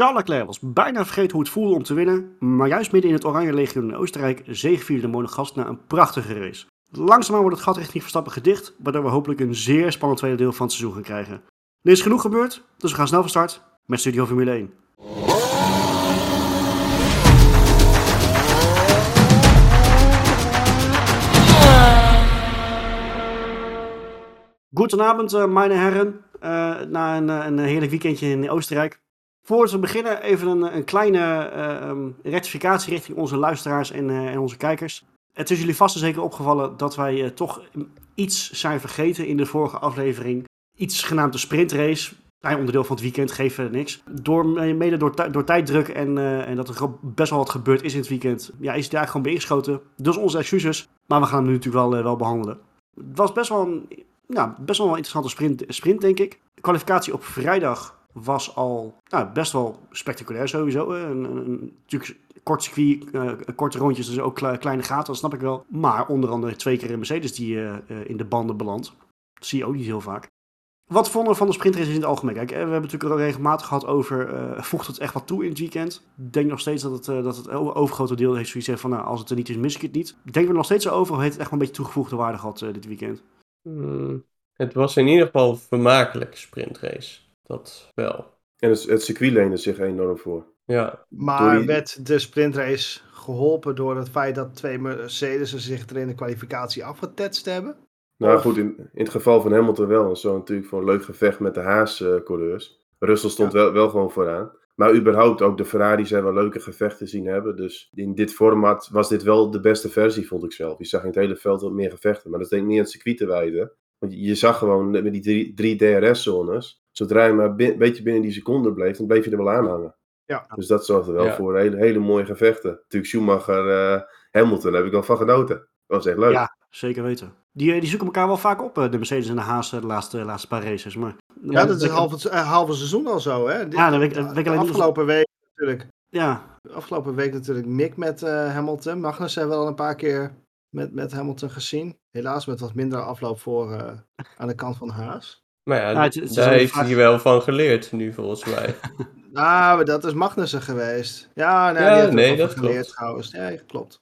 Charles Leclerc was bijna vergeten hoe het voelde om te winnen, maar juist midden in het Oranje Legioen in Oostenrijk zegevierde de Monegasp na een prachtige race. Langzaamaan wordt het gat richting Verstappen gedicht, waardoor we hopelijk een zeer spannend tweede deel van het seizoen gaan krijgen. Er is genoeg gebeurd, dus we gaan snel van start met Studio Formule 1. Goedenavond, mijn heren, na een heerlijk weekendje in Oostenrijk. Voordat we beginnen, even een kleine rectificatie richting onze luisteraars en onze kijkers. Het is jullie vast en zeker opgevallen dat wij toch iets zijn vergeten in de vorige aflevering. Iets genaamd de sprintrace. Klein onderdeel van het weekend, geeft verder niks. Mede door tijddruk en dat er best wel wat gebeurd is in het weekend, ja, is het eigenlijk gewoon ingeschoten. Dus onze excuses, maar we gaan hem nu natuurlijk wel behandelen. Het was best wel een interessante sprint, denk ik. De kwalificatie op vrijdag was al best wel spectaculair sowieso. Natuurlijk kort circuit, korte rondjes, dus ook kleine gaten, dat snap ik wel. Maar onder andere 2 keer een Mercedes die in de banden belandt. Dat zie je ook niet heel vaak. Wat vonden we van de sprintrace in het algemeen? Kijk, we hebben het natuurlijk al regelmatig gehad over, voegt het echt wat toe in het weekend? Ik denk nog steeds dat het overgrote deel heeft zoiets van, als het er niet is, mis ik het niet. Denken we er nog steeds over, of heeft het echt wel een beetje toegevoegde waarde gehad dit weekend? Het was in ieder geval een vermakelijke sprintrace. Dat wel. En het circuit leende zich enorm voor. Ja. Maar werd de sprintrace geholpen door het feit dat 2 Mercedes zich er in de kwalificatie afgetetst hebben? Nou goed, in het geval van Hamilton wel. En zo natuurlijk voor een leuk gevecht met de Haas-coureurs. Russell stond wel gewoon vooraan. Maar überhaupt, ook de Ferraris hebben wel leuke gevechten zien hebben. Dus in dit format was dit wel de beste versie, vond ik zelf. Je zag in het hele veld wat meer gevechten. Maar dat is denk ik niet aan het circuit te wijden. Want je zag gewoon met die drie DRS-zones, zodra je maar een beetje binnen die seconde bleef, dan bleef je er wel aan hangen. Ja. Dus dat zorgde wel voor hele mooie gevechten. Natuurlijk Schumacher, Hamilton, daar heb ik wel van genoten. Dat was echt leuk. Ja, zeker weten. Die zoeken elkaar wel vaak op, de Mercedes en de Haas, de laatste paar races. Maar, ja, dat is halve seizoen al zo, hè? Afgelopen week natuurlijk. Ja. Afgelopen week natuurlijk Mick met Hamilton. Magnus hebben we al een paar keer met Hamilton gezien. Helaas met wat minder afloop voor aan de kant van Haas. Maar ja, daar heeft hij wel van geleerd nu volgens mij. Maar dat is Magnussen geweest. Ja, die heeft er van geleerd trouwens. Ja, klopt.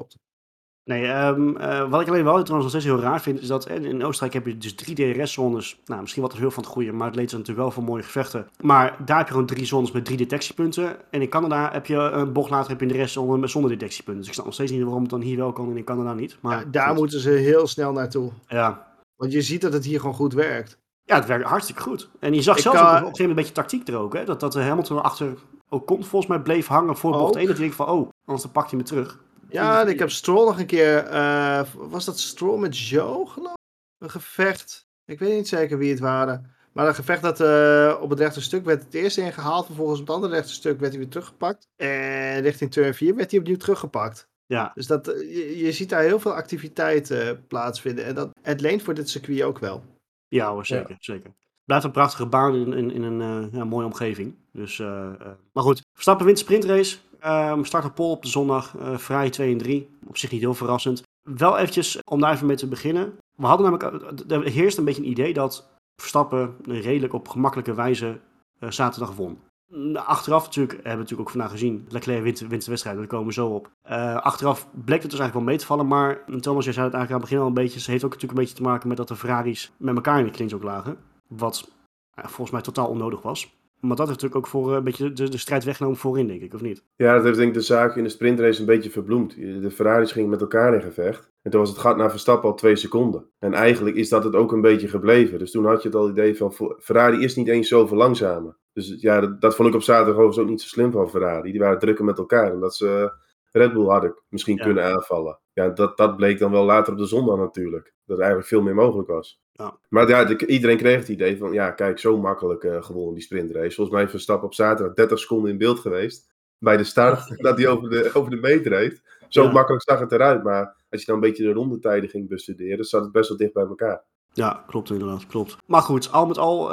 Nee, wat ik alleen wel trouwens nog steeds heel raar vind, is dat in Oostenrijk heb je dus 3 DRS-zones. Nou, misschien wat er heel van het goede, maar het leent natuurlijk wel voor mooie gevechten. Maar daar heb je gewoon 3 zones met 3 detectiepunten. En in Canada heb je een bocht later heb je in de rest zonder detectiepunten. Dus ik snap nog steeds niet waarom het dan hier wel kan en in Canada niet. Maar, ja, daar moeten ze heel snel naartoe. Ja. Want je ziet dat het hier gewoon goed werkt. Ja, het werkt hartstikke goed. En je zag zelfs op een gegeven moment een beetje tactiek er ook. Hè? Dat Hamilton achter Ocon volgens mij bleef hangen voor bocht 1. Dat je denkt van, anders dan pakt hij me terug. Ja, ik heb Stroll nog een keer... was dat Stroll met Joe, geloof ik? Een gevecht. Ik weet niet zeker wie het waren. Maar een gevecht dat op het rechte stuk werd het eerst ingehaald. Vervolgens op het andere rechte stuk werd hij weer teruggepakt. En richting turn 4 werd hij opnieuw teruggepakt. Ja. Dus je ziet daar heel veel activiteit plaatsvinden. En het leent voor dit circuit ook wel. Ja hoor, zeker. Zeker. Blijft een prachtige baan in een mooie omgeving. Dus, maar goed, Verstappen wint de sprintrace. Start op pole op de zondag. Ferrari 2 en 3. Op zich niet heel verrassend. Wel eventjes om daar even mee te beginnen. We hadden namelijk, er heerst een beetje een idee dat Verstappen redelijk op gemakkelijke wijze zaterdag won. Achteraf hebben we natuurlijk ook vandaag gezien. Leclerc wint de wedstrijd, daar komen we zo op. Achteraf bleek het dus eigenlijk wel mee te vallen. Maar Thomas, jij zei het eigenlijk aan het begin al een beetje. Ze heeft ook natuurlijk een beetje te maken met dat de Ferraris met elkaar in de clinch ook lagen. Wat volgens mij totaal onnodig was. Maar dat heeft natuurlijk ook voor een beetje de strijd weggenomen voorin, denk ik, of niet? Ja, dat heeft denk ik de zaak in de sprintrace een beetje verbloemd. De Ferraris gingen met elkaar in gevecht. En toen was het gat naar Verstappen al 2 seconden. En eigenlijk is dat het ook een beetje gebleven. Dus toen had je het al idee van, Ferrari is niet eens zoveel langzamer. Dus ja, dat vond ik op zaterdag overigens ook niet zo slim van Ferrari. Die waren drukker met elkaar, omdat ze Red Bull hadden misschien kunnen aanvallen. Ja, dat bleek dan wel later op de zondag natuurlijk. Dat er eigenlijk veel meer mogelijk was. Ja. Maar ja, iedereen kreeg het idee van, ja, kijk, zo makkelijk gewonnen die sprintrace. Volgens mij is Verstappen op zaterdag 30 seconden in beeld geweest. Bij de start, dat hij over de meter heeft. Zo makkelijk zag het eruit. Maar als je dan een beetje de rondetijden ging bestuderen, zat het best wel dicht bij elkaar. Ja, klopt inderdaad, klopt. Maar goed, al met al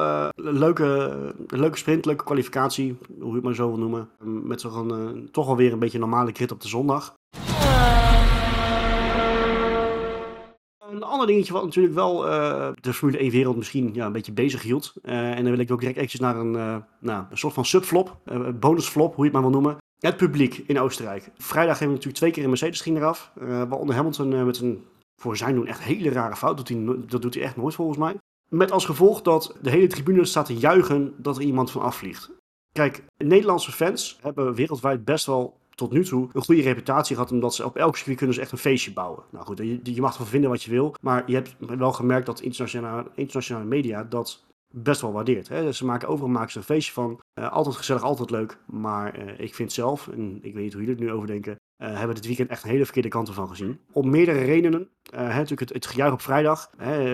leuke sprint, leuke kwalificatie, hoe je het maar zo wil noemen. Met zo'n toch alweer een beetje een normale grid op de zondag. ander dingetje wat natuurlijk wel de Formule 1 wereld misschien een beetje bezig hield. En dan wil ik ook direct eventjes naar een soort van subflop, bonusflop, hoe je het maar wil noemen. Het publiek in Oostenrijk. Vrijdag hebben we natuurlijk 2 keer een Mercedes ging eraf. Waaronder Hamilton met een, voor zijn doen, echt hele rare fout. Dat doet hij echt nooit volgens mij. Met als gevolg dat de hele tribune staat te juichen dat er iemand van afvliegt. Kijk, Nederlandse fans hebben wereldwijd best wel tot nu toe een goede reputatie gehad, omdat ze op elk circuit kunnen ze echt een feestje bouwen. Nou goed, je mag ervan vinden wat je wil, maar je hebt wel gemerkt dat internationale media dat best wel waardeert. Hè? Dus ze maken ze een feestje van. Altijd gezellig, altijd leuk. Maar ik vind zelf, en ik weet niet hoe jullie er nu over denken, hebben we dit weekend echt een hele verkeerde kant ervan gezien. Om meerdere redenen. Natuurlijk het gejuich op vrijdag.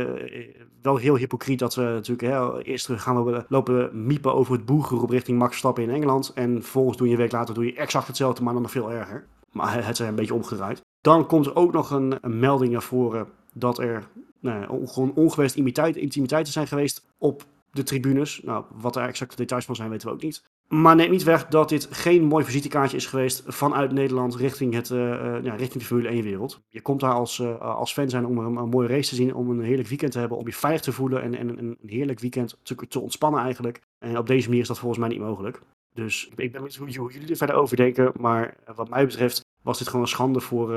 Wel heel hypocriet dat we natuurlijk eerst gaan we lopen miepen over het boegeroep richting Max Verstappen in Engeland. En vervolgens een week later exact hetzelfde, maar dan nog veel erger. Maar het is een beetje omgedraaid. Dan komt er ook nog een melding naar voren dat er gewoon ongewenste intimiteiten zijn geweest op de tribunes. Nou, wat er exact de details van zijn, weten we ook niet. Maar neemt niet weg dat dit geen mooi visitekaartje is geweest vanuit Nederland richting richting de Formule 1 wereld. Je komt daar als fan zijn om een mooie race te zien, om een heerlijk weekend te hebben, om je veilig te voelen en een heerlijk weekend te ontspannen eigenlijk. En op deze manier is dat volgens mij niet mogelijk. Dus ik ben benieuwd hoe jullie er verder over denken. Maar wat mij betreft was dit gewoon een schande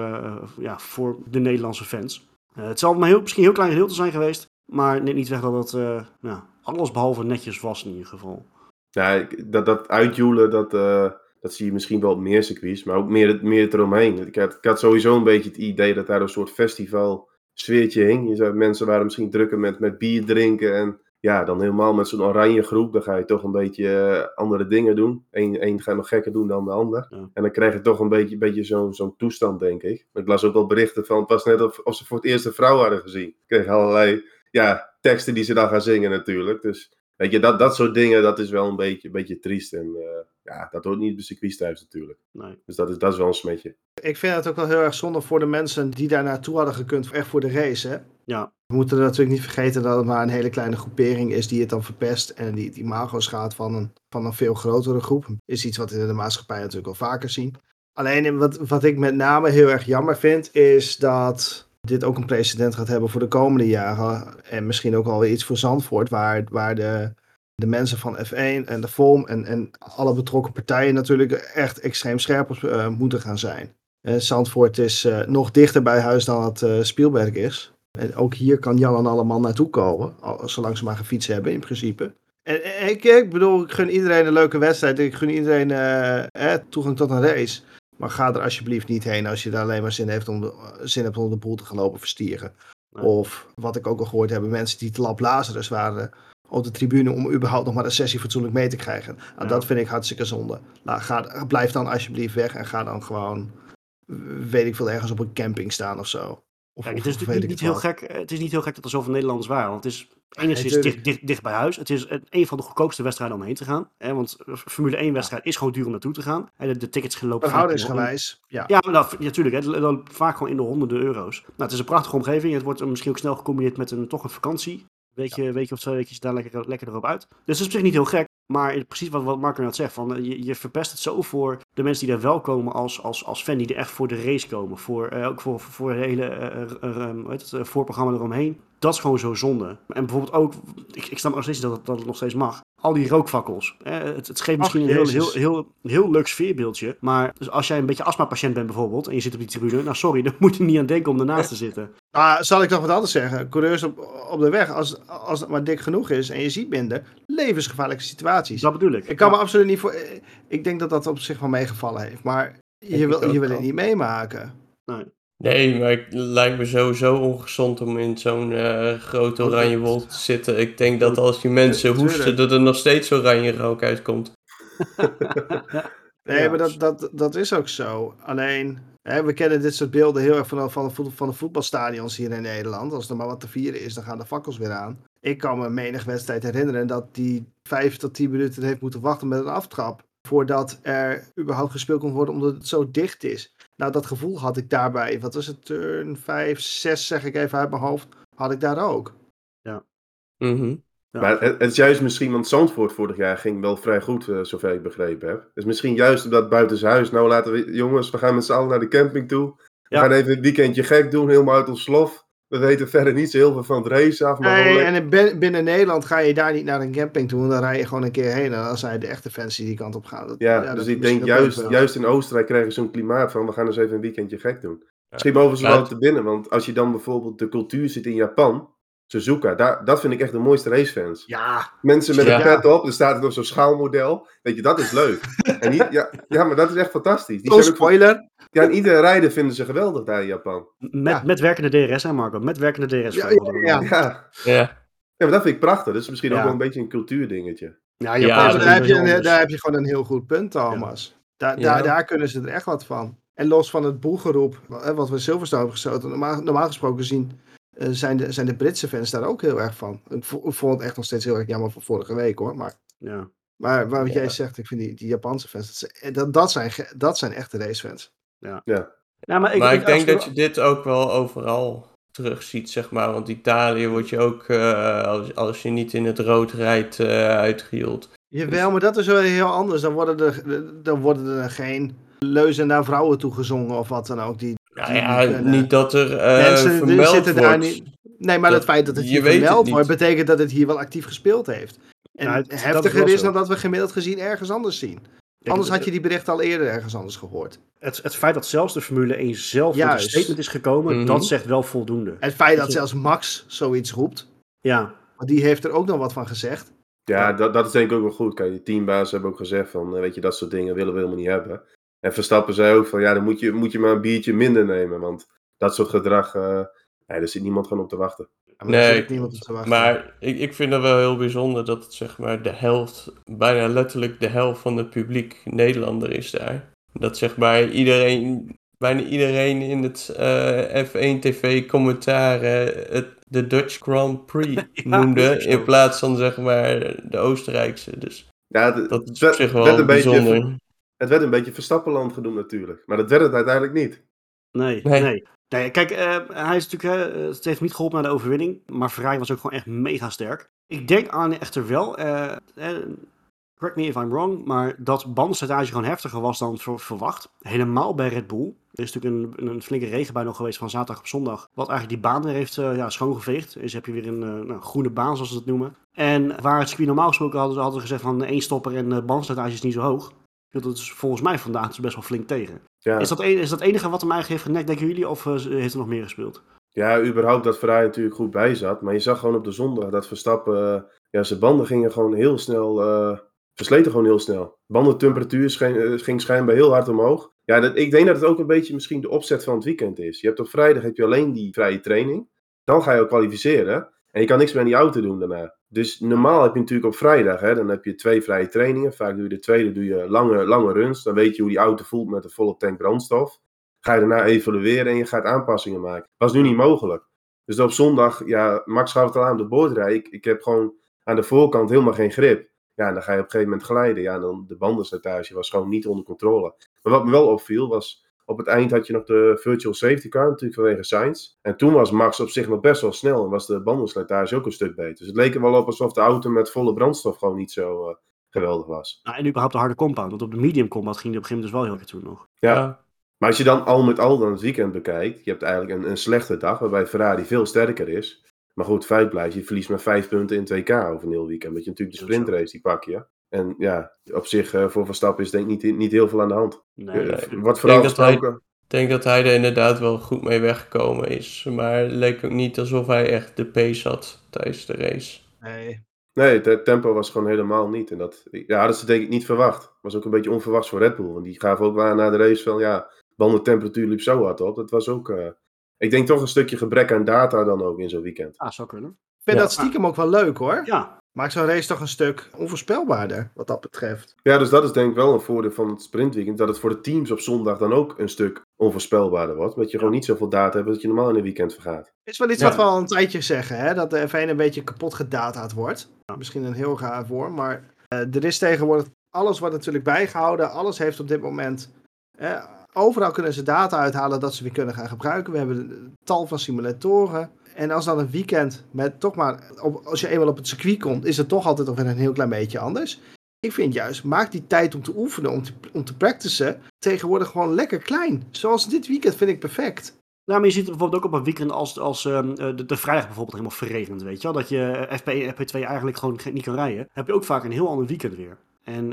voor de Nederlandse fans. Het zal misschien een heel klein gedeelte zijn geweest. Maar neemt niet weg dat het alles behalve netjes was in ieder geval. Ja, dat uitjoelen, dat zie je misschien wel op meer circuits, maar ook meer eromheen. Ik had sowieso een beetje het idee dat daar een soort festival sfeertje hing. Mensen waren misschien drukker met bier drinken en ja, dan helemaal met zo'n oranje groep, dan ga je toch een beetje andere dingen doen. Eén gaat nog gekker doen dan de ander. Ja. En dan krijg je toch een beetje zo'n toestand, denk ik. Ik las ook wel berichten van, het was net of ze voor het eerst een vrouw hadden gezien. Ik kreeg allerlei teksten die ze dan gaan zingen natuurlijk. Dus weet je, dat soort dingen, dat is wel een beetje triest. En dat hoort niet op de circuit thuis natuurlijk. Nee. Dus dat is wel een smetje. Ik vind het ook wel heel erg zonde voor de mensen die daar naartoe hadden gekund, echt voor de race, hè. Ja. We moeten natuurlijk niet vergeten dat het maar een hele kleine groepering is die het dan verpest en die imago's gaat van een veel grotere groep. Is iets wat we in de maatschappij natuurlijk al vaker zien. Alleen wat ik met name heel erg jammer vind, is dat dit ook een precedent gaat hebben voor de komende jaren. En misschien ook alweer iets voor Zandvoort, waar de mensen van F1 en de FOM en alle betrokken partijen natuurlijk echt extreem scherp op moeten gaan zijn. Zandvoort is nog dichter bij huis dan het Spielberg is. En ook hier kan Jan en allemaal naartoe komen, zolang ze maar een fiets hebben in principe. En ik bedoel, ik gun iedereen een leuke wedstrijd. Ik gun iedereen toegang tot een race. Maar ga er alsjeblieft niet heen als je daar alleen maar zin hebt om de boel te gaan lopen verstieren. Nee. Of wat ik ook al gehoord heb, mensen die te lablazerus waren op de tribune om überhaupt nog maar een sessie fatsoenlijk mee te krijgen. Nou, Ja. dat vind ik hartstikke zonde. Blijf dan alsjeblieft weg en ga dan gewoon, weet ik veel, ergens op een camping staan of zo. Kijk, het is natuurlijk niet heel gek. Het is niet heel gek dat er zoveel Nederlanders waren. Want het is enigszins dicht bij huis. Het is een van de goedkoopste wedstrijden om heen te gaan. Want Formule 1 wedstrijd is gewoon duur om naartoe te gaan. De tickets gelopen. Verhoudingsgewijs. Ja, natuurlijk. Het loopt vaak gewoon in de honderden euro's. Nou, het is een prachtige omgeving. Het wordt misschien ook snel gecombineerd met toch een vakantie. Weekje of 2 weekjes daar lekker erop uit. Dus het is op zich niet heel gek. Maar precies wat Marco net zegt. Je verpest het zo voor de mensen die daar wel komen als fan. Die er echt voor de race komen. Ook voor het hele voorprogramma eromheen. Dat is gewoon zo zonde. En bijvoorbeeld ook, ik snap nog steeds dat het nog steeds mag. Al die rookfakkels. Het geeft misschien een heel leuk sfeerbeeldje. Maar dus als jij een beetje astmapatiënt bent bijvoorbeeld. En je zit op die tribune. Nou sorry, daar moet je niet aan denken om ernaast te zitten. Zal ik nog wat anders zeggen? Coureurs op de weg, als het maar dik genoeg is en je ziet minder, levensgevaarlijke situaties. Dat bedoel ik. Ik kan me absoluut niet voor. Ik denk dat dat op zich wel meegevallen heeft. Maar je wil het niet meemaken. Nee, maar het lijkt me sowieso ongezond om in zo'n grote oranje wolk te zitten. Ik denk dat als die mensen hoesten, dat er nog steeds oranje rook uitkomt. Nee, maar dat is ook zo. Alleen, we kennen dit soort beelden heel erg van de voetbalstadions hier in Nederland. Als er maar wat te vieren is, dan gaan de fakkels weer aan. Ik kan me menig wedstrijd herinneren dat die 5 tot 10 minuten heeft moeten wachten met een aftrap. Voordat er überhaupt gespeeld kon worden, omdat het zo dicht is. Nou, dat gevoel had ik daarbij. Wat was het? Turn 5, 6 zeg ik even uit mijn hoofd. Had ik daar ook. Ja. Mm-hmm. Ja. Maar het is juist misschien, want Zandvoort vorig jaar ging wel vrij goed, zover ik begrepen heb. Dus misschien juist op dat buitenshuis. Nou, laten we, jongens, we gaan met z'n allen naar de camping toe. We gaan even een weekendje gek doen, helemaal uit ons slof. We weten verder niet zo heel veel van het race af. Maar Nee, en binnen Nederland ga je daar niet naar een camping toe. Dan rij je gewoon een keer heen. En dan zijn de echte fans die kant op gaan. dus dat ik is denk misschien ook juist in Oostenrijk krijgen ze zo'n klimaat van... we gaan eens even een weekendje gek doen. Misschien mogen ze wel te binnen. Want als je dan bijvoorbeeld de cultuur zit in Japan... Suzuka, dat vind ik echt de mooiste racefans. Ja. Mensen met een pet op, er staat er nog zo'n schaalmodel. Weet je, dat is leuk. En niet, maar dat is echt fantastisch. Die zijn ook spoiler. Ja, en iedere rijder vinden ze geweldig daar in Japan. Met werkende DRS, hè Marco? Met werkende DRS. Ja, maar dat vind ik prachtig. Dat is misschien ook wel een beetje een cultuurdingetje. Daar heb je gewoon een heel goed punt, Thomas. Daar kunnen ze er echt wat van. En los van het boelgeroep, wat we in Silverstone hebben gesloten, normaal gesproken zijn de Britse fans daar ook heel erg van. Ik vond het echt nog steeds heel erg jammer van vorige week, hoor. Maar wat jij zegt, ik vind die Japanse fans, dat zijn echte racefans. Maar ik denk dat je dit ook wel overal terugziet, zeg maar. Want Italië word je ook, als je niet in het rood rijdt, uitgejoeld. Jawel, maar dat is wel heel anders. Dan worden er geen leuzen naar vrouwen toegezongen of wat dan ook. Niet dat er mensen vermeld zitten wordt. daar niet. Nee, maar het feit dat het hier vermeld wordt, betekent dat het hier wel actief gespeeld heeft. En heftiger is dan dat we gemiddeld gezien ergens anders zien. Anders had je die berichten al eerder ergens anders gehoord. Het feit dat zelfs de Formule 1 zelf met een statement is gekomen, dat zegt wel voldoende. Het feit dat zelfs Max zoiets roept. Ja. Want die heeft er ook nog wat van gezegd. Ja, dat is denk ik ook wel goed. Kijk, de teambaas hebben ook gezegd van, weet je, dat soort dingen willen we helemaal niet hebben. En Verstappen zei ook van, ja, dan moet je maar een biertje minder nemen. Want dat soort gedrag, daar zit niemand gewoon op te wachten. Maar ik vind het wel heel bijzonder dat het, zeg maar, bijna letterlijk de helft van het publiek Nederlander is daar. Dat, zeg maar, bijna iedereen in het F1 TV-commentaar de Dutch Grand Prix noemde, in plaats van, zeg maar, de Oostenrijkse. Dus dat is op zich wel bijzonder. Het werd een beetje Verstappenland genoemd natuurlijk, maar dat werd het uiteindelijk niet. Nee. Kijk, hij is natuurlijk, het heeft niet geholpen naar de overwinning, maar Ferrari was ook gewoon echt mega sterk. Ik denk echter wel, correct me if I'm wrong, maar dat bandenslijtage gewoon heftiger was dan verwacht. Helemaal bij Red Bull. Er is natuurlijk een flinke regenbui nog geweest van zaterdag op zondag, wat eigenlijk die baan weer heeft schoongeveegd. Dus heb je weer een groene baan, zoals ze dat noemen. En waar het circuit normaal gesproken hadden ze gezegd van 1 stopper en bandenslijtage is niet zo hoog. Dat is volgens mij vandaag dus best wel flink tegen. Ja. Is dat het enige wat hem eigenlijk heeft genekt, denken jullie? Of heeft er nog meer gespeeld? Ja, überhaupt dat Ferrari natuurlijk goed bij zat. Maar je zag gewoon op de zondag dat Verstappen... zijn banden gingen gewoon heel snel... versleten gewoon heel snel. Bandentemperatuur ging schijnbaar heel hard omhoog. Ja, ik denk dat het ook een beetje misschien de opzet van het weekend is. Je hebt op vrijdag heb je alleen die vrije training. Dan ga je ook kwalificeren. En je kan niks meer aan die auto doen daarna. Dus normaal heb je natuurlijk op vrijdag, dan heb je 2 vrije trainingen. Vaak doe je de tweede lange runs. Dan weet je hoe die auto voelt met een volle tank brandstof. Ga je daarna evalueren en je gaat aanpassingen maken. Dat is nu niet mogelijk. Dus op zondag, Max gaf het al aan op de boordraй. Ik heb gewoon aan de voorkant helemaal geen grip. Ja, en dan ga je op een gegeven moment glijden. Ja, dan de bandenslijtage was gewoon niet onder controle. Maar wat me wel opviel was... Op het eind had je nog de virtual safety car, natuurlijk vanwege Sainz. En toen was Max op zich nog best wel snel en was de bandenslijtage ook een stuk beter. Dus het leek er wel op alsof de auto met volle brandstof gewoon niet zo geweldig was. En überhaupt de harde compound, want op de medium compound ging die op een gegeven moment dus wel heel erg toe nog. Ja, maar als je dan al met al dan het weekend bekijkt, je hebt eigenlijk een slechte dag waarbij Ferrari veel sterker is. Maar goed, feit blijft, je verliest maar 5 punten in 2K over een heel weekend. Dat je natuurlijk de sprintrace, die pak je. En ja, op zich voor Verstappen is denk ik niet heel veel aan de hand. Wat vooral gesproken... Ik denk dat hij er inderdaad wel goed mee weggekomen is. Maar het leek ook niet alsof hij echt de pace had tijdens de race. Nee, het tempo was gewoon helemaal niet. En dat hadden ze denk ik niet verwacht. Was ook een beetje onverwachts voor Red Bull. Want die gaven ook aan na de race van bandentemperatuur liep zo hard op. Dat was ook... ik denk toch een stukje gebrek aan data dan ook in zo'n weekend. Zou kunnen. Ik vind dat stiekem ook wel leuk, hoor. Ja. Maakt zo'n race toch een stuk onvoorspelbaarder, wat dat betreft. Ja, dus dat is denk ik wel een voordeel van het sprintweekend. Dat het voor de teams op zondag dan ook een stuk onvoorspelbaarder wordt. Dat je gewoon niet zoveel data hebt dat je normaal in een weekend vergaat. Het is wel iets wat we al een tijdje zeggen, hè? Dat de F1 een beetje kapot gedataad wordt. Misschien een heel gaaf woord, maar er is tegenwoordig... Alles wordt natuurlijk bijgehouden. Alles heeft op dit moment... overal kunnen ze data uithalen dat ze weer kunnen gaan gebruiken. We hebben een tal van simulatoren. En als dan een weekend met toch maar... Als je eenmaal op het circuit komt, is het toch altijd nog weer een heel klein beetje anders. Ik vind juist, maak die tijd om te oefenen, om te practicen, tegenwoordig gewoon lekker klein. Zoals dit weekend vind ik perfect. Nou, maar je ziet het bijvoorbeeld ook op een weekend als de vrijdag bijvoorbeeld helemaal verregent, weet je wel. Dat je FP1 en FP2 eigenlijk gewoon niet kan rijden. Heb je ook vaak een heel ander weekend weer. En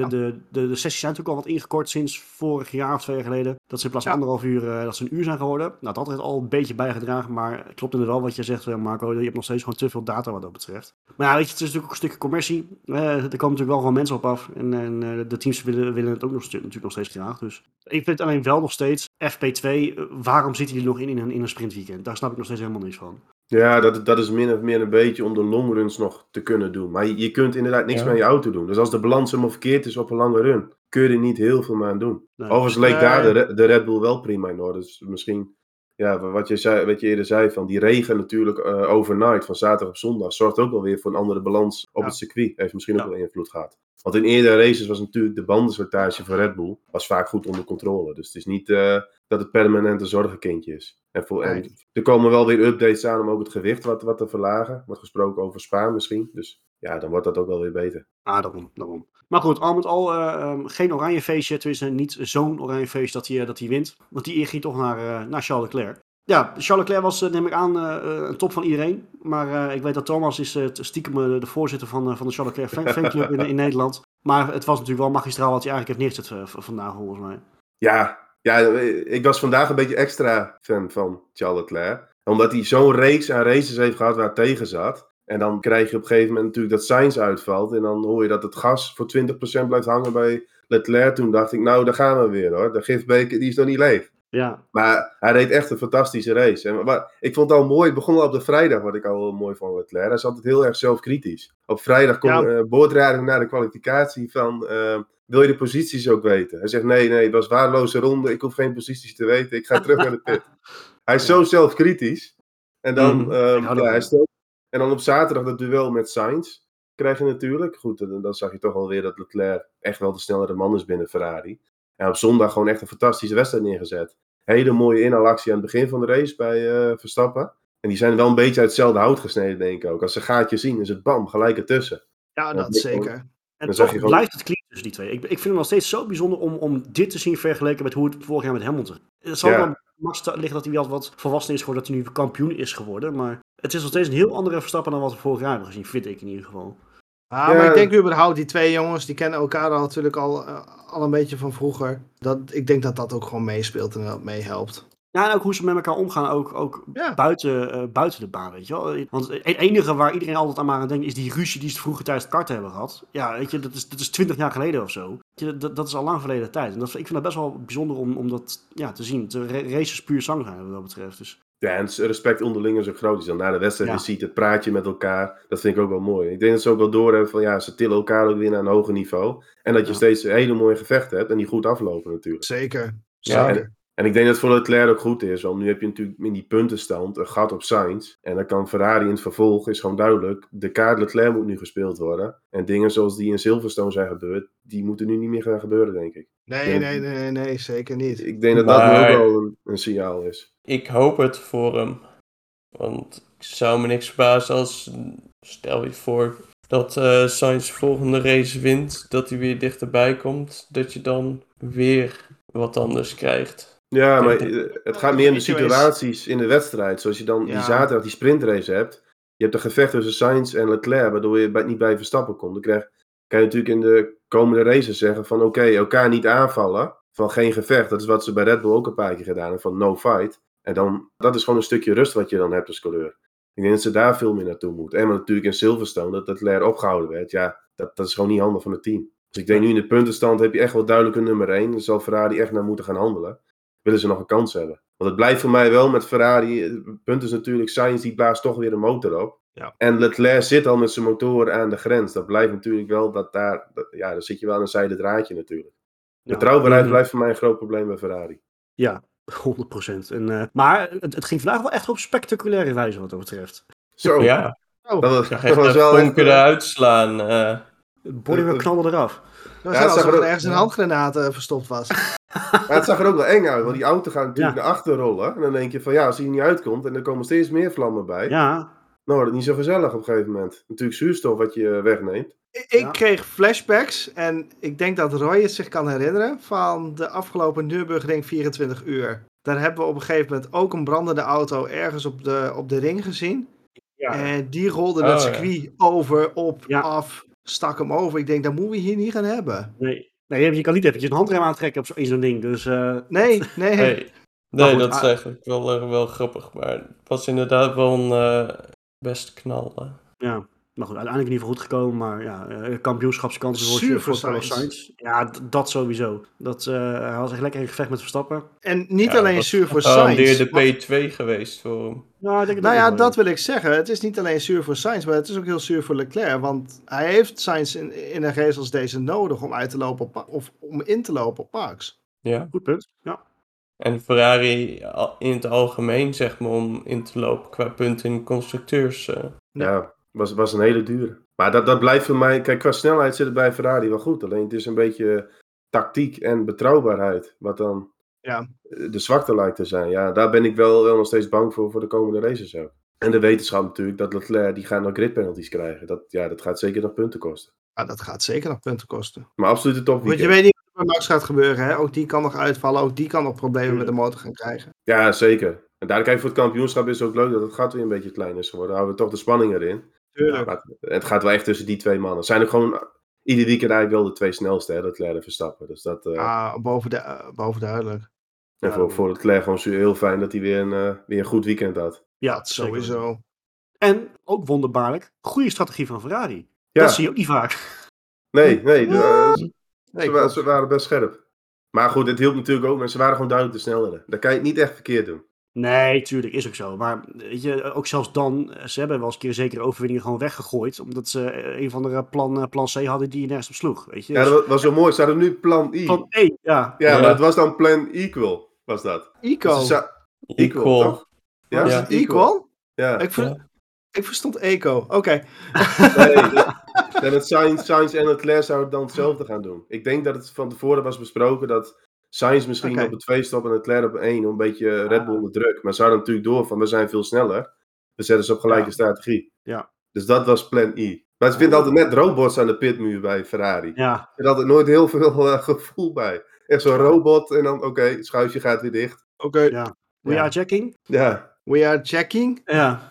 de sessies zijn natuurlijk al wat ingekort sinds vorig jaar of 2 jaar geleden. Dat ze in plaats van 1,5 uur, dat ze 1 uur zijn geworden. Nou, dat heeft al een beetje bijgedragen. Maar het klopt inderdaad wat je zegt, Marco. Je hebt nog steeds gewoon te veel data wat dat betreft. Maar ja, weet je, het is natuurlijk ook een stukje commercie. Er komen natuurlijk wel gewoon mensen op af. En de teams willen het ook natuurlijk nog steeds graag. Dus ik vind alleen wel nog steeds FP2, waarom zitten jullie nog in een sprintweekend? Daar snap ik nog steeds helemaal niks van. Ja, dat is min of meer een beetje om de longruns nog te kunnen doen. Maar je kunt inderdaad niks met je auto doen. Dus als de balans helemaal verkeerd is op een lange run, kun je er niet heel veel meer aan doen. Nee. Overigens leek daar de Red Bull wel prima in orde. Dus misschien, ja, wat je eerder zei, van die regen natuurlijk overnight, van zaterdag op zondag, zorgt ook wel weer voor een andere balans op het circuit. Heeft misschien ook wel invloed gehad. Want in eerdere races was natuurlijk de bandenssortage van Red Bull was vaak goed onder controle. Dus het is niet dat het permanent een zorgenkindje is. En er komen wel weer updates aan om ook het gewicht wat te verlagen. Wordt gesproken over Spa misschien. Dus ja, dan wordt dat ook wel weer beter. Daarom. Maar goed, al met al geen oranje feestje. Tenminste, niet zo'n oranje feestje dat hij wint. Want die eer ging toch naar Charles Leclerc. Ja, Charles Leclerc was, neem ik aan, een top van iedereen. Maar ik weet dat Thomas is stiekem de voorzitter van de Charles Leclerc fanclub in Nederland. Maar het was natuurlijk wel magistraal wat hij eigenlijk heeft neergezet vandaag, volgens mij. Ja, ik was vandaag een beetje extra fan van Charles Leclerc. Omdat hij zo'n reeks aan races heeft gehad waar het tegen zat. En dan krijg je op een gegeven moment natuurlijk dat Sainz uitvalt. En dan hoor je dat het gas voor 20% blijft hangen bij Leclerc. Toen dacht ik, nou, daar gaan we weer hoor. De gifbeker die is nog niet leeg. Ja. Maar hij reed echt een fantastische race. Maar ik vond het al mooi, het begon al op de vrijdag, wat ik al mooi vond Leclerc. Hij is altijd heel erg zelfkritisch. Op vrijdag komt boordrijding naar de kwalificatie van... wil je de posities ook weten? Hij zegt, nee, het was waardeloze ronde. Ik hoef geen posities te weten. Ik ga terug naar de pit. Hij is zo zelfkritisch. En dan, en dan op zaterdag dat duel met Sainz krijg je natuurlijk. Goed, dan zag je toch alweer dat Leclerc echt wel de snellere man is binnen Ferrari. En op zondag gewoon echt een fantastische wedstrijd neergezet. Hele mooie inhaalactie aan het begin van de race bij Verstappen. En die zijn wel een beetje uit hetzelfde hout gesneden, denk ik ook. Als ze gaatje zien, is het bam, gelijk ertussen. Ja, dat zeker. En toch blijft het clean tussen die twee. Ik vind het nog steeds zo bijzonder om dit te zien vergeleken met hoe het vorig jaar met Hamilton. Het zal wel Max liggen dat hij wel wat volwassen is geworden, dat hij nu kampioen is geworden. Maar het is nog steeds een heel andere Verstappen dan wat we vorig jaar hebben gezien, vind ik in ieder geval. Maar ik denk überhaupt, die twee jongens, die kennen elkaar al natuurlijk al een beetje van vroeger. Ik denk dat dat ook gewoon meespeelt en dat meehelpt. Ja, en ook hoe ze met elkaar omgaan, ook buiten de baan, weet je wel. Want het enige waar iedereen altijd aan denkt, is die ruzie die ze vroeger tijdens het karten hebben gehad. Ja, weet je, dat is 20 jaar geleden of zo. Dat is al lang verleden tijd. En ik vind dat best wel bijzonder om dat te zien. De races puur zang zijn, wat dat betreft. Dus. Ja, en het respect onderling is ook groot. Dus dan na de wedstrijd je ziet het praatje met elkaar. Dat vind ik ook wel mooi. Ik denk dat ze ook wel doorhebben van ze tillen elkaar ook weer naar een hoger niveau. En dat je steeds hele mooie gevechten hebt en die goed aflopen natuurlijk. Zeker. En ik denk dat het voor Leclerc ook goed is, want nu heb je natuurlijk in die puntenstand een gat op Sainz. En dan kan Ferrari in het vervolg, is gewoon duidelijk, de kaart Leclerc moet nu gespeeld worden. En dingen zoals die in Silverstone zijn gebeurd, die moeten nu niet meer gaan gebeuren, denk ik. Nee, zeker niet. Ik denk dat dat nu ook wel een signaal is. Ik hoop het voor hem. Want ik zou me niks verbazen als, stel je voor dat Sainz volgende race wint, dat hij weer dichterbij komt, dat je dan weer wat anders krijgt. Ja, maar het gaat meer in de situaties in de wedstrijd. Zoals je dan die zaterdag die sprintrace hebt. Je hebt een gevecht tussen Sainz en Leclerc, waardoor je niet bij Verstappen komt. Dan kan je natuurlijk in de komende races zeggen van oké, elkaar niet aanvallen. Van geen gevecht. Dat is wat ze bij Red Bull ook een paar keer gedaan hebben. Van no fight. En dan, dat is gewoon een stukje rust wat je dan hebt als coureur. Ik denk dat ze daar veel meer naartoe moeten. En natuurlijk in Silverstone, dat Leclerc opgehouden werd. Ja, dat is gewoon niet handig van het team. Dus ik denk nu in de puntenstand heb je echt wel duidelijk een nummer 1. Dan zal Ferrari echt naar moeten gaan handelen. Willen ze nog een kans hebben. Want het blijft voor mij wel met Ferrari. Het punt is natuurlijk, Sainz die blaast toch weer de motor op. Ja. En Leclerc zit al met zijn motoren aan de grens. Dat blijft natuurlijk wel, daar zit je wel aan een zijde draadje natuurlijk. Betrouwbaarheid blijft voor mij een groot probleem bij Ferrari. Ja, 100%. Maar het ging vandaag wel echt op spectaculaire wijze wat dat betreft. Zo. Ja. Dat was wel echt uitslaan. De bodywork knalde eraf. Alsof er ergens een handgranaat verstopt was. Maar het zag er ook wel eng uit, want die auto gaat natuurlijk naar achter rollen. En dan denk je van als hij niet uitkomt en er komen steeds meer vlammen bij. Ja. Nou wordt het niet zo gezellig op een gegeven moment. Natuurlijk zuurstof wat je wegneemt. Ik kreeg flashbacks en ik denk dat Roy het zich kan herinneren van de afgelopen Nürburgring 24 uur. Daar hebben we op een gegeven moment ook een brandende auto ergens op de ring gezien. Ja, En die rolde dat circuit over, op, Ja. af, stak hem over. Ik denk, dat moeten we hier niet gaan hebben. Nee, je kan niet eventjes een handrem aantrekken op zo'n ding. Dus, Nee. Nee, goed, dat is eigenlijk wel grappig. Maar het was inderdaad wel een best knal. Ja, maar goed, uiteindelijk in ieder geval goed gekomen. Maar ja, kampioenschapskansen Zuur voor voor Carlos Sainz. Sainz. Ja, dat sowieso. Hij was echt lekker in gevecht met Verstappen. En niet alleen zuur voor Sainz. Garandeer de P2 geweest voor hem. Nou, ik denk het Nou ook ja, wel, dat wil ik zeggen. Het is niet alleen zuur voor Sainz, maar het is ook heel zuur voor Leclerc. Want hij heeft Sainz in een race als deze nodig om uit te lopen of om in te lopen op Max. Ja. Goed punt, ja. En Ferrari in het algemeen, zeg maar, om in te lopen qua punten in constructeurs. Ja, was een hele dure. Maar dat blijft voor mij... Kijk, qua snelheid zit het bij Ferrari wel goed. Alleen het is een beetje tactiek en betrouwbaarheid. Wat dan de zwakte lijkt te zijn. Ja, daar ben ik wel nog steeds bang voor de komende races ook. En de wetenschap natuurlijk dat Leclerc, die gaat nog grid penalties krijgen. Dat gaat zeker nog punten kosten. Ja, dat gaat zeker nog punten kosten. Maar absoluut de top Want je weet niet wat er met Max gaat gebeuren. Hè? Ook die kan nog uitvallen. Ook die kan nog problemen met de motor gaan krijgen. Ja, zeker. En daar kijk voor het kampioenschap is het ook leuk dat het gat weer een beetje klein is geworden. Dan houden we toch de spanning erin. Tuurlijk. Maar het gaat wel echt tussen die twee mannen. Het zijn ook gewoon ieder weekend eigenlijk wel de twee snelste, hè, Leclerc en Verstappen. Dus dat... boven duidelijk. En voor Leclerc gewoon heel fijn dat hij weer een goed weekend had. Ja, Sowieso. En ook wonderbaarlijk, goede strategie van Ferrari. Ja. Dat zie je ook niet vaak. Nee. Ze Klopt. waren best scherp. Maar goed, het hielp natuurlijk ook, maar ze waren gewoon duidelijk de snellere. Daar kan je het niet echt verkeerd doen. Nee, tuurlijk, is ook zo. Maar weet je, ook zelfs dan, ze hebben wel eens een keer zekere overwinningen gewoon weggegooid. Omdat ze een van de plan C hadden die je nergens op sloeg. Weet je? Ja, dat was zo mooi. Ze hadden nu plan I. Plan E, ja. Ja, maar het was dan plan equal, was dat. Eco. Dus Equal. toch? Ja, Was het equal? Ja. Ik verstond eco. Oké. Nee, met Sainz en Leclerc zouden dan hetzelfde gaan doen. Ik denk dat het van tevoren was besproken dat Sainz misschien op een 2 stopt en Leclerc op een 1. Om een beetje Red Bull onder druk. Maar ze hadden natuurlijk door van we zijn veel sneller. We zetten ze op gelijke strategie. Ja. Dus dat was plan I. Maar ze vinden altijd net robots aan de pitmuur bij Ferrari. Ja. Er zit altijd nooit heel veel gevoel bij. Echt zo'n robot en dan het schuifje gaat weer dicht. Oké. Ja. We are checking. Ja. We are checking. Ja.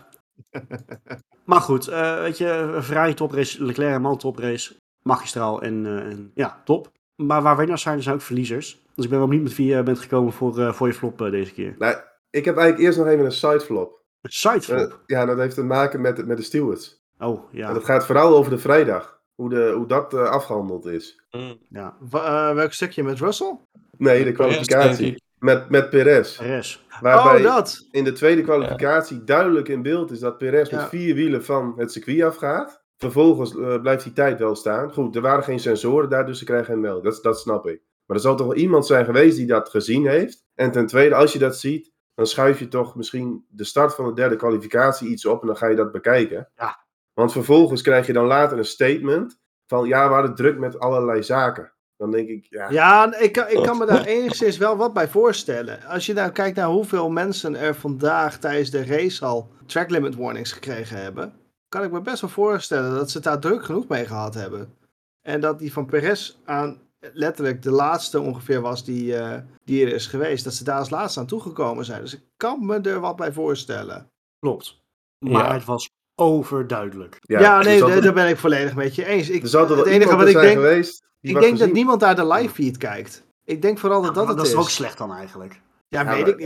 Maar goed, weet je, Ferrari toprace, Leclerc en Man toprace, magistraal en ja, top. Maar waar winnaars zijn, er zijn ook verliezers. Dus ik ben wel benieuwd met wie je bent gekomen voor je flop deze keer. Nou, ik heb eigenlijk eerst nog even een sideflop. Een sideflop? Ja, dat heeft te maken met de stewards. Oh, ja. En dat gaat vooral over de vrijdag. Hoe dat afgehandeld is. Ja. Welk stukje met Russell? Nee, de kwalificatie. Met Perez. Waarbij dat. in de tweede kwalificatie duidelijk in beeld is dat Perez met 4 wielen van het circuit afgaat. Vervolgens blijft die tijd wel staan. Goed, er waren geen sensoren daar, dus ze krijgen geen melding. Dat snap ik. Maar er zal toch wel iemand zijn geweest die dat gezien heeft. En ten tweede, als je dat ziet, dan schuif je toch misschien de start van de derde kwalificatie iets op en dan ga je dat bekijken. Ja. Want vervolgens krijg je dan later een statement van ja, we hadden druk met allerlei zaken. Dan denk ik, ja... Ja, ik kan me daar enigszins wel wat bij voorstellen. Als je nou kijkt naar hoeveel mensen er vandaag tijdens de race al track limit warnings gekregen hebben, kan ik me best wel voorstellen dat ze daar druk genoeg mee gehad hebben. En dat die van Perez aan letterlijk de laatste ongeveer was die er is geweest. Dat ze daar als laatste aan toegekomen zijn. Dus ik kan me er wat bij voorstellen. Klopt. Maar het was overduidelijk. Ja, nee, daar ben ik volledig met je eens. Het enige wat ik denk geweest... Ik denk dat niemand naar de live feed kijkt. Ik denk vooral dat het is. Dat is ook slecht dan eigenlijk. Ja, weet ik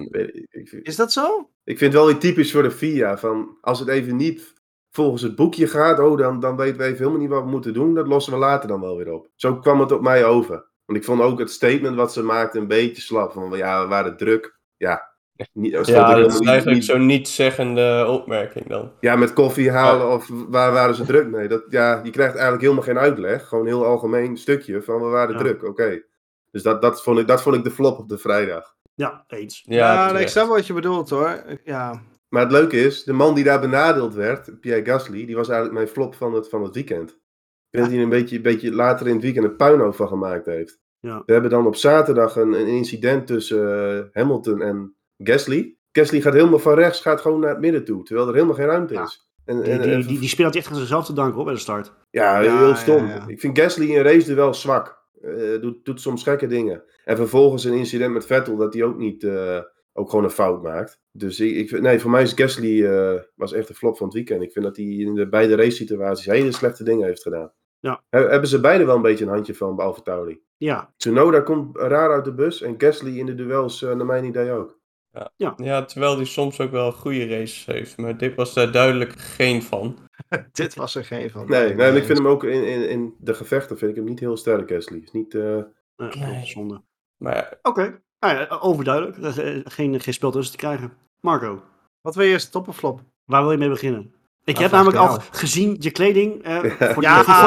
niet. Is dat zo? Ik vind het wel iets typisch voor de FIA. Van, als het even niet volgens het boekje gaat, dan weten we even helemaal niet wat we moeten doen. Dat lossen we later dan wel weer op. Zo kwam het op mij over. Want ik vond ook het statement wat ze maakten een beetje slap. Van ja, we waren druk. Ja, dat is eigenlijk zo'n niet-zeggende opmerking dan. Ja, met koffie halen of waar waren ze druk mee? Je krijgt eigenlijk helemaal geen uitleg. Gewoon een heel algemeen stukje van we waren druk, oké. Dus dat vond ik de flop op de vrijdag. Ja, eens. Ja, ik snap wat je bedoelt hoor. Ja. Maar het leuke is, de man die daar benadeeld werd, Pierre Gasly, die was eigenlijk mijn flop van het weekend. Ik denk dat hij een beetje later in het weekend een puinhoop van gemaakt heeft. Ja. We hebben dan op zaterdag een incident tussen Hamilton en Gasly. Gasly gaat helemaal van rechts, gaat gewoon naar het midden toe, terwijl er helemaal geen ruimte is. Die speelt echt aan zichzelf te danken op bij de start. Ja, heel stom. Ja. Ik vind Gasly in race wel zwak. Doet soms gekke dingen. En vervolgens een incident met Vettel dat hij ook niet ook gewoon een fout maakt. Dus voor mij is Gasly was echt een flop van het weekend. Ik vind dat hij in de beide race situaties hele slechte dingen heeft gedaan. Ja. Hebben ze beide wel een beetje een handje van, behalve Tauri. Ja. Tsunoda komt raar uit de bus en Gasly in de duels naar mijn idee ook. Ja, terwijl hij soms ook wel goede races heeft. Maar dit was daar duidelijk geen van. Dit was er geen van. Nee, ik vind hem ook in de gevechten vind ik hem niet heel sterk, Gasly. Is niet... zonde. Maar Oké. Nou ja, overduidelijk. Geen spel tussen te krijgen. Marco, Wat wil je eerst, top of flop? waar wil je mee beginnen? Ik heb vraag namelijk ik al jou. gezien je kleding. Voor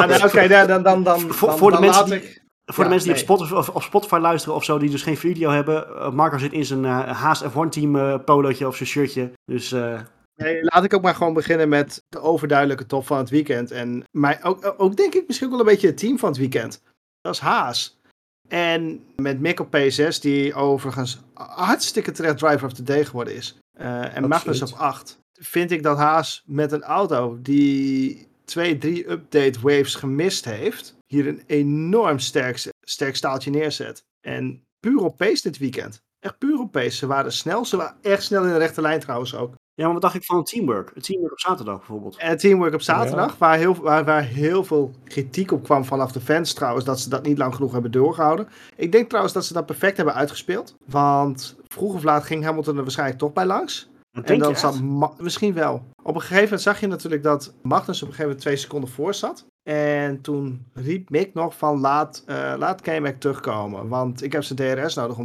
Voor de mensen laat die- ik... Voor de mensen die nee. op Spotify luisteren of zo, die dus geen video hebben. Marco zit in zijn Haas F1 team polootje of zijn shirtje. Dus Nee, laat ik ook maar gewoon beginnen met de overduidelijke top van het weekend. En ook denk ik misschien ook wel een beetje het team van het weekend. Dat is Haas. En met Mick op P6, die overigens hartstikke terecht driver of the day geworden is. En Magnus op 8. Vind ik dat Haas met een auto die 2-3 update waves gemist heeft, hier een enorm sterk staaltje neerzet. En puur op pace dit weekend. Echt puur op pace. Ze waren snel. Ze waren echt snel in de rechte lijn trouwens ook. ja, maar wat dacht ik van het teamwork? Het teamwork op zaterdag bijvoorbeeld. En teamwork op zaterdag, waar heel veel kritiek op kwam vanaf de fans trouwens, dat ze dat niet lang genoeg hebben doorgehouden. Ik denk trouwens dat ze dat perfect hebben uitgespeeld. Want vroeg of laat ging Hamilton er waarschijnlijk toch bij langs. En dan zat misschien wel. Op een gegeven moment zag je natuurlijk dat Magnus op een gegeven moment 2 seconden voor zat. En toen riep Mick nog van laat K-Mac terugkomen. Want ik heb zijn DRS nodig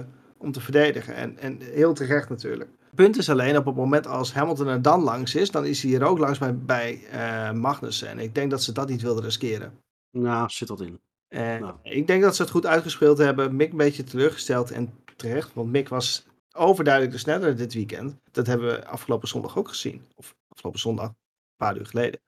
om te verdedigen. En heel terecht natuurlijk. Het punt is alleen, op het moment als Hamilton er dan langs is, dan is hij hier ook langs bij Magnussen. En ik denk dat ze dat niet wilden riskeren. Nou, zit dat in. En Nou. ik denk dat ze het goed uitgespeeld hebben. Mick een beetje teleurgesteld en terecht. Want Mick was overduidelijk de snellere dit weekend. Dat hebben we afgelopen zondag ook gezien. Of afgelopen zondag, een paar uur geleden.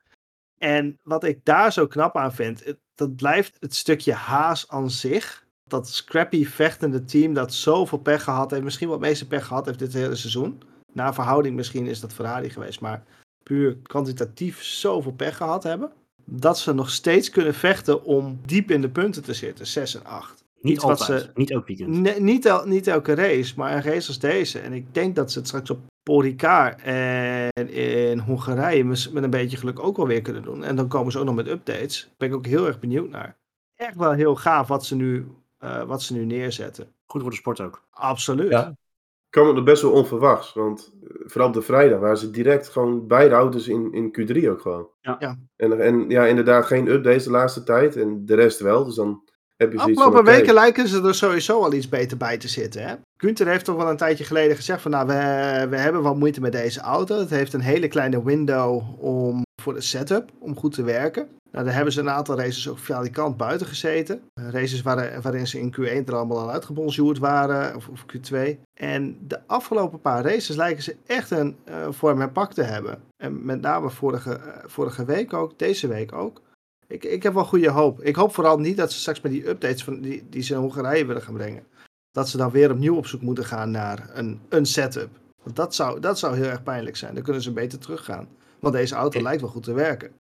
En wat ik daar zo knap aan vind, dat blijft het stukje Haas aan zich. Dat scrappy vechtende team dat zoveel pech gehad heeft. Misschien wat meeste pech gehad heeft dit hele seizoen. Na verhouding misschien is dat Ferrari geweest. Maar puur kwantitatief zoveel pech gehad hebben. Dat ze nog steeds kunnen vechten om diep in de punten te zitten. 6 en 8. Niet Iets wat altijd. Niet elk weekend. Niet elke race, maar een race als deze. En ik denk dat ze het straks op Paul Ricard en in Hongarije met een beetje geluk ook wel weer kunnen doen. En dan komen ze ook nog met updates. Daar ben ik ook heel erg benieuwd naar. Echt wel heel gaaf wat ze nu neerzetten. Goed voor de sport ook. Absoluut. Ja. Kwam het nog best wel onverwachts. Want vooral op de vrijdag waren ze direct gewoon beide auto's in Q3 ook gewoon. Ja. En ja, inderdaad geen updates de laatste tijd. En de rest wel. Dus dan heb je zoiets Afgelopen van, weken lijken ze er sowieso al iets beter bij te zitten. Hè? Günther heeft toch wel een tijdje geleden gezegd van we hebben wat moeite met deze auto. Het heeft een hele kleine window voor de setup, om goed te werken. Nou, daar hebben ze een aantal races ook valikant buiten gezeten. Races waarin ze in Q1 er allemaal al uitgebonjourd waren, of Q2. En de afgelopen paar races lijken ze echt een vorm en pak te hebben. En met name vorige week ook, deze week ook. Ik heb wel goede hoop. Ik hoop vooral niet dat ze straks met die updates die ze in Hongarije willen gaan brengen, dat ze dan weer opnieuw op zoek moeten gaan naar een setup. Want dat zou heel erg pijnlijk zijn. Dan kunnen ze beter teruggaan. Want deze auto lijkt wel goed te werken.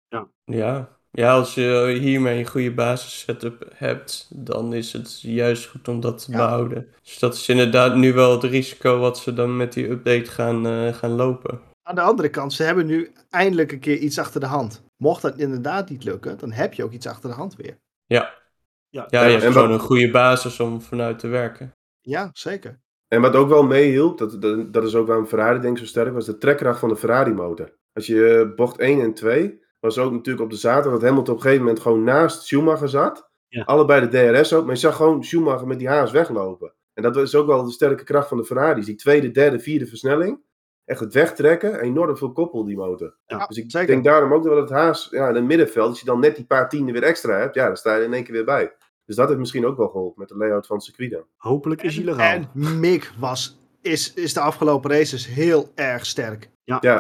Ja, als je hiermee een goede basis setup hebt, dan is het juist goed om dat te behouden. Dus dat is inderdaad nu wel het risico wat ze dan met die update gaan lopen. Aan de andere kant, ze hebben nu eindelijk een keer iets achter de hand. Mocht dat inderdaad niet lukken, dan heb je ook iets achter de hand weer. Ja, Ja. je hebt gewoon een goede basis om vanuit te werken. Ja, zeker. En wat ook wel meehielp, dat is ook waarom Ferrari denk ik zo sterk was, de trekkracht van de Ferrari motor. Als je bocht 1 en 2, was ook natuurlijk op de zaterdag dat Hamilton op een gegeven moment gewoon naast Schumacher zat. Ja. Allebei de DRS ook, maar je zag gewoon Schumacher met die Haas weglopen. En dat is ook wel de sterke kracht van de Ferraris. Die tweede, derde, vierde versnelling. Echt het wegtrekken, enorm veel koppel die motor. Ja, Dus ik zeker. denk daarom ook dat het Haas, in het middenveld, als je dan net die paar tienden weer extra hebt, dan sta je er in één keer weer bij. Dus dat heeft misschien ook wel geholpen met de layout van het circuit dan. Hopelijk is hij legaal. En Mick is de afgelopen races heel erg sterk.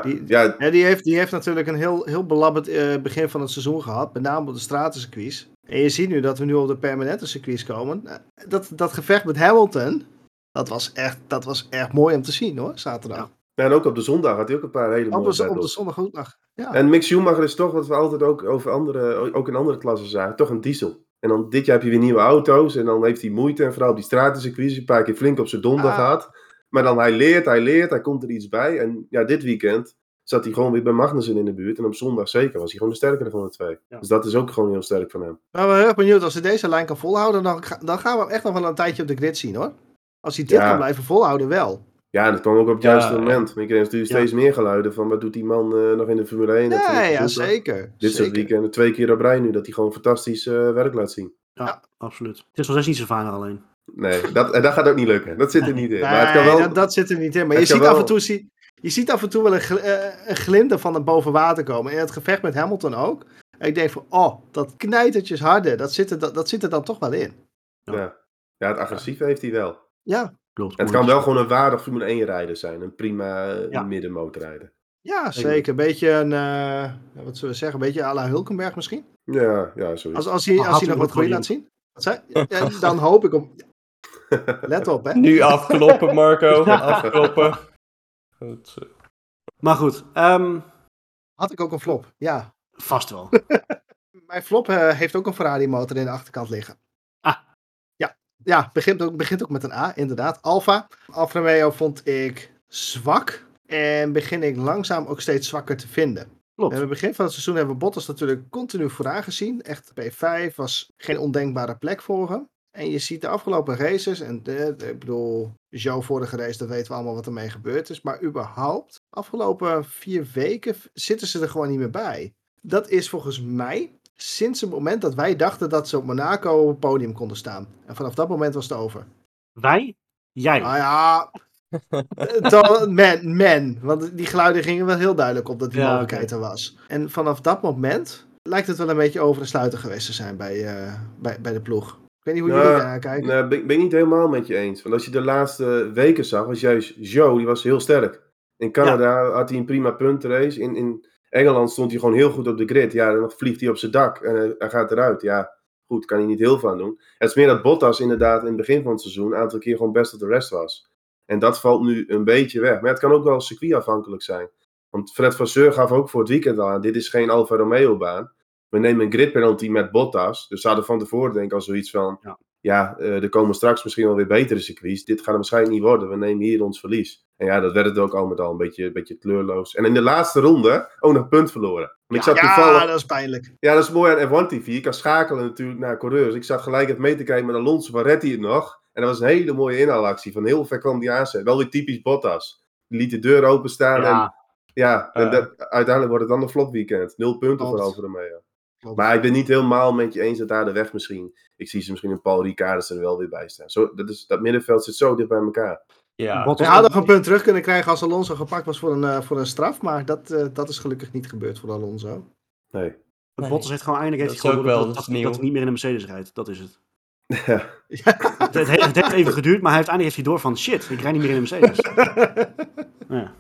Die heeft natuurlijk een heel belabberd begin van het seizoen gehad. Met name op de stratencircuits. En je ziet nu dat we nu op de permanente circuits komen. Dat gevecht met Hamilton, dat was echt mooi om te zien hoor, zaterdag. Ja, en ook op de zondag had hij ook een paar hele mooie Op de battles. zondag ook nog. Ja. En Mick Schumacher is toch, wat we altijd ook over ook in andere klassen zagen, toch een diesel. En dan dit jaar heb je weer nieuwe auto's. En dan heeft hij moeite. En vooral op die stratencircuits een paar keer flink op zijn donder gehad. Maar dan hij leert. Hij komt er iets bij. En ja, dit weekend zat hij gewoon weer bij Magnussen in de buurt. En op zondag zeker was hij gewoon de sterkere van de twee. Ja. Dus dat is ook gewoon heel sterk van hem. Maar ik ben heel erg benieuwd. Als hij deze lijn kan volhouden, dan gaan we hem echt nog wel een tijdje op de grid zien, hoor. Als hij dit kan blijven volhouden, wel. Ja, dat kwam ook op het juiste moment. Maar je kreeg natuurlijk steeds meer geluiden van wat doet die man nog in de Formule 1. Nee, zeker. Dit soort weekenden 2 keer op rij nu, dat hij gewoon fantastisch werk laat zien. Ja, absoluut. Het is nog steeds niet zo vader alleen. Nee, dat gaat ook niet lukken. Dat zit er niet in. Nee, maar het kan wel... dat zit er niet in. Maar je ziet af en toe wel een glimp van het boven water komen. In het gevecht met Hamilton ook. En ik denk van, dat knijtertjes harde, dat zit er dan toch wel in. Ja, het agressieve heeft hij wel. Ja. Klopt. Het kan wel gewoon een waardig Formule 1 rijder zijn. Een prima middenmotorrijder. Ja, zeker. Een beetje wat zullen we zeggen, een beetje à la Hulkenberg misschien? Ja, zoiets. Als hij nog wat goeie laat zien. Wat zei? Ja, dan hoop ik op... Let op, hè. Nu afkloppen, Marco. Afkloppen. Goed. Maar goed. Had ik ook een flop, ja. Vast wel. Mijn flop heeft ook een Ferrari motor in de achterkant liggen. Ja, begint ook met een A, inderdaad. Alfa Romeo vond ik zwak. En begin ik langzaam ook steeds zwakker te vinden. Klopt. In het begin van het seizoen hebben we Bottas natuurlijk continu vooraan gezien. Echt, P5 was geen ondenkbare plek voor hem. En je ziet de afgelopen races, en ik bedoel, Joe vorige race, dat weten we allemaal wat ermee gebeurd is. Maar überhaupt, afgelopen 4 weken zitten ze er gewoon niet meer bij. Dat is volgens mij sinds het moment dat wij dachten dat ze op Monaco op het podium konden staan. En vanaf dat moment was het over. Wij? Jij? Nou ja, want die geluiden gingen wel heel duidelijk op dat die mogelijkheid er was. En vanaf dat moment lijkt het wel een beetje over de sluiter geweest te zijn bij de ploeg. Ik weet niet hoe jullie daar kijken. Nee, ben ik niet helemaal met je eens. Want als je de laatste weken zag, was juist Joe, die was heel sterk. In Canada had hij een prima puntenrace. In Engeland stond hij gewoon heel goed op de grid. Ja, dan vliegt hij op zijn dak en hij gaat eruit. Ja, goed, kan hij niet heel veel aan doen. Het is meer dat Bottas inderdaad in het begin van het seizoen een aantal keer gewoon best op de rest was. En dat valt nu een beetje weg. Maar het kan ook wel circuitafhankelijk zijn. Want Fred Vasseur gaf ook voor het weekend al aan, dit is geen Alfa Romeo baan. We nemen een grid penalty met Bottas. Dus ze hadden van tevoren denk ik al zoiets van, er komen straks misschien wel weer betere circuits. Dit gaat er waarschijnlijk niet worden. We nemen hier ons verlies. En ja, dat werd het ook al met al een beetje kleurloos. En in de laatste ronde ook nog een punt verloren. Ik zat toevallig... dat is pijnlijk. Ja, dat is mooi aan F1 TV. Ik kan schakelen natuurlijk naar coureurs. Ik zat gelijk even mee te kijken met Alonso, van redt hij het nog? En dat was een hele mooie inhaalactie. Van heel ver kwam die aanzet. Wel weer typisch Bottas. Die liet de deur openstaan. En uiteindelijk wordt het dan een flop weekend. 0 punten voor Alfa Romeo. Maar ik ben niet helemaal met je eens dat daar de weg misschien... Ik zie ze misschien een Paul Ricard er wel weer bij staan. Dat middenveld zit zo dicht bij elkaar. Ja. Hij had nog een punt terug kunnen krijgen als Alonso gepakt was voor een straf. Maar dat is gelukkig niet gebeurd voor Alonso. Nee. Bottas heeft gewoon eindelijk dat hij niet meer in de Mercedes rijdt. Dat is het. Ja. Het heeft even geduurd, maar uiteindelijk heeft hij door van shit, ik rijd niet meer in de Mercedes. Ja.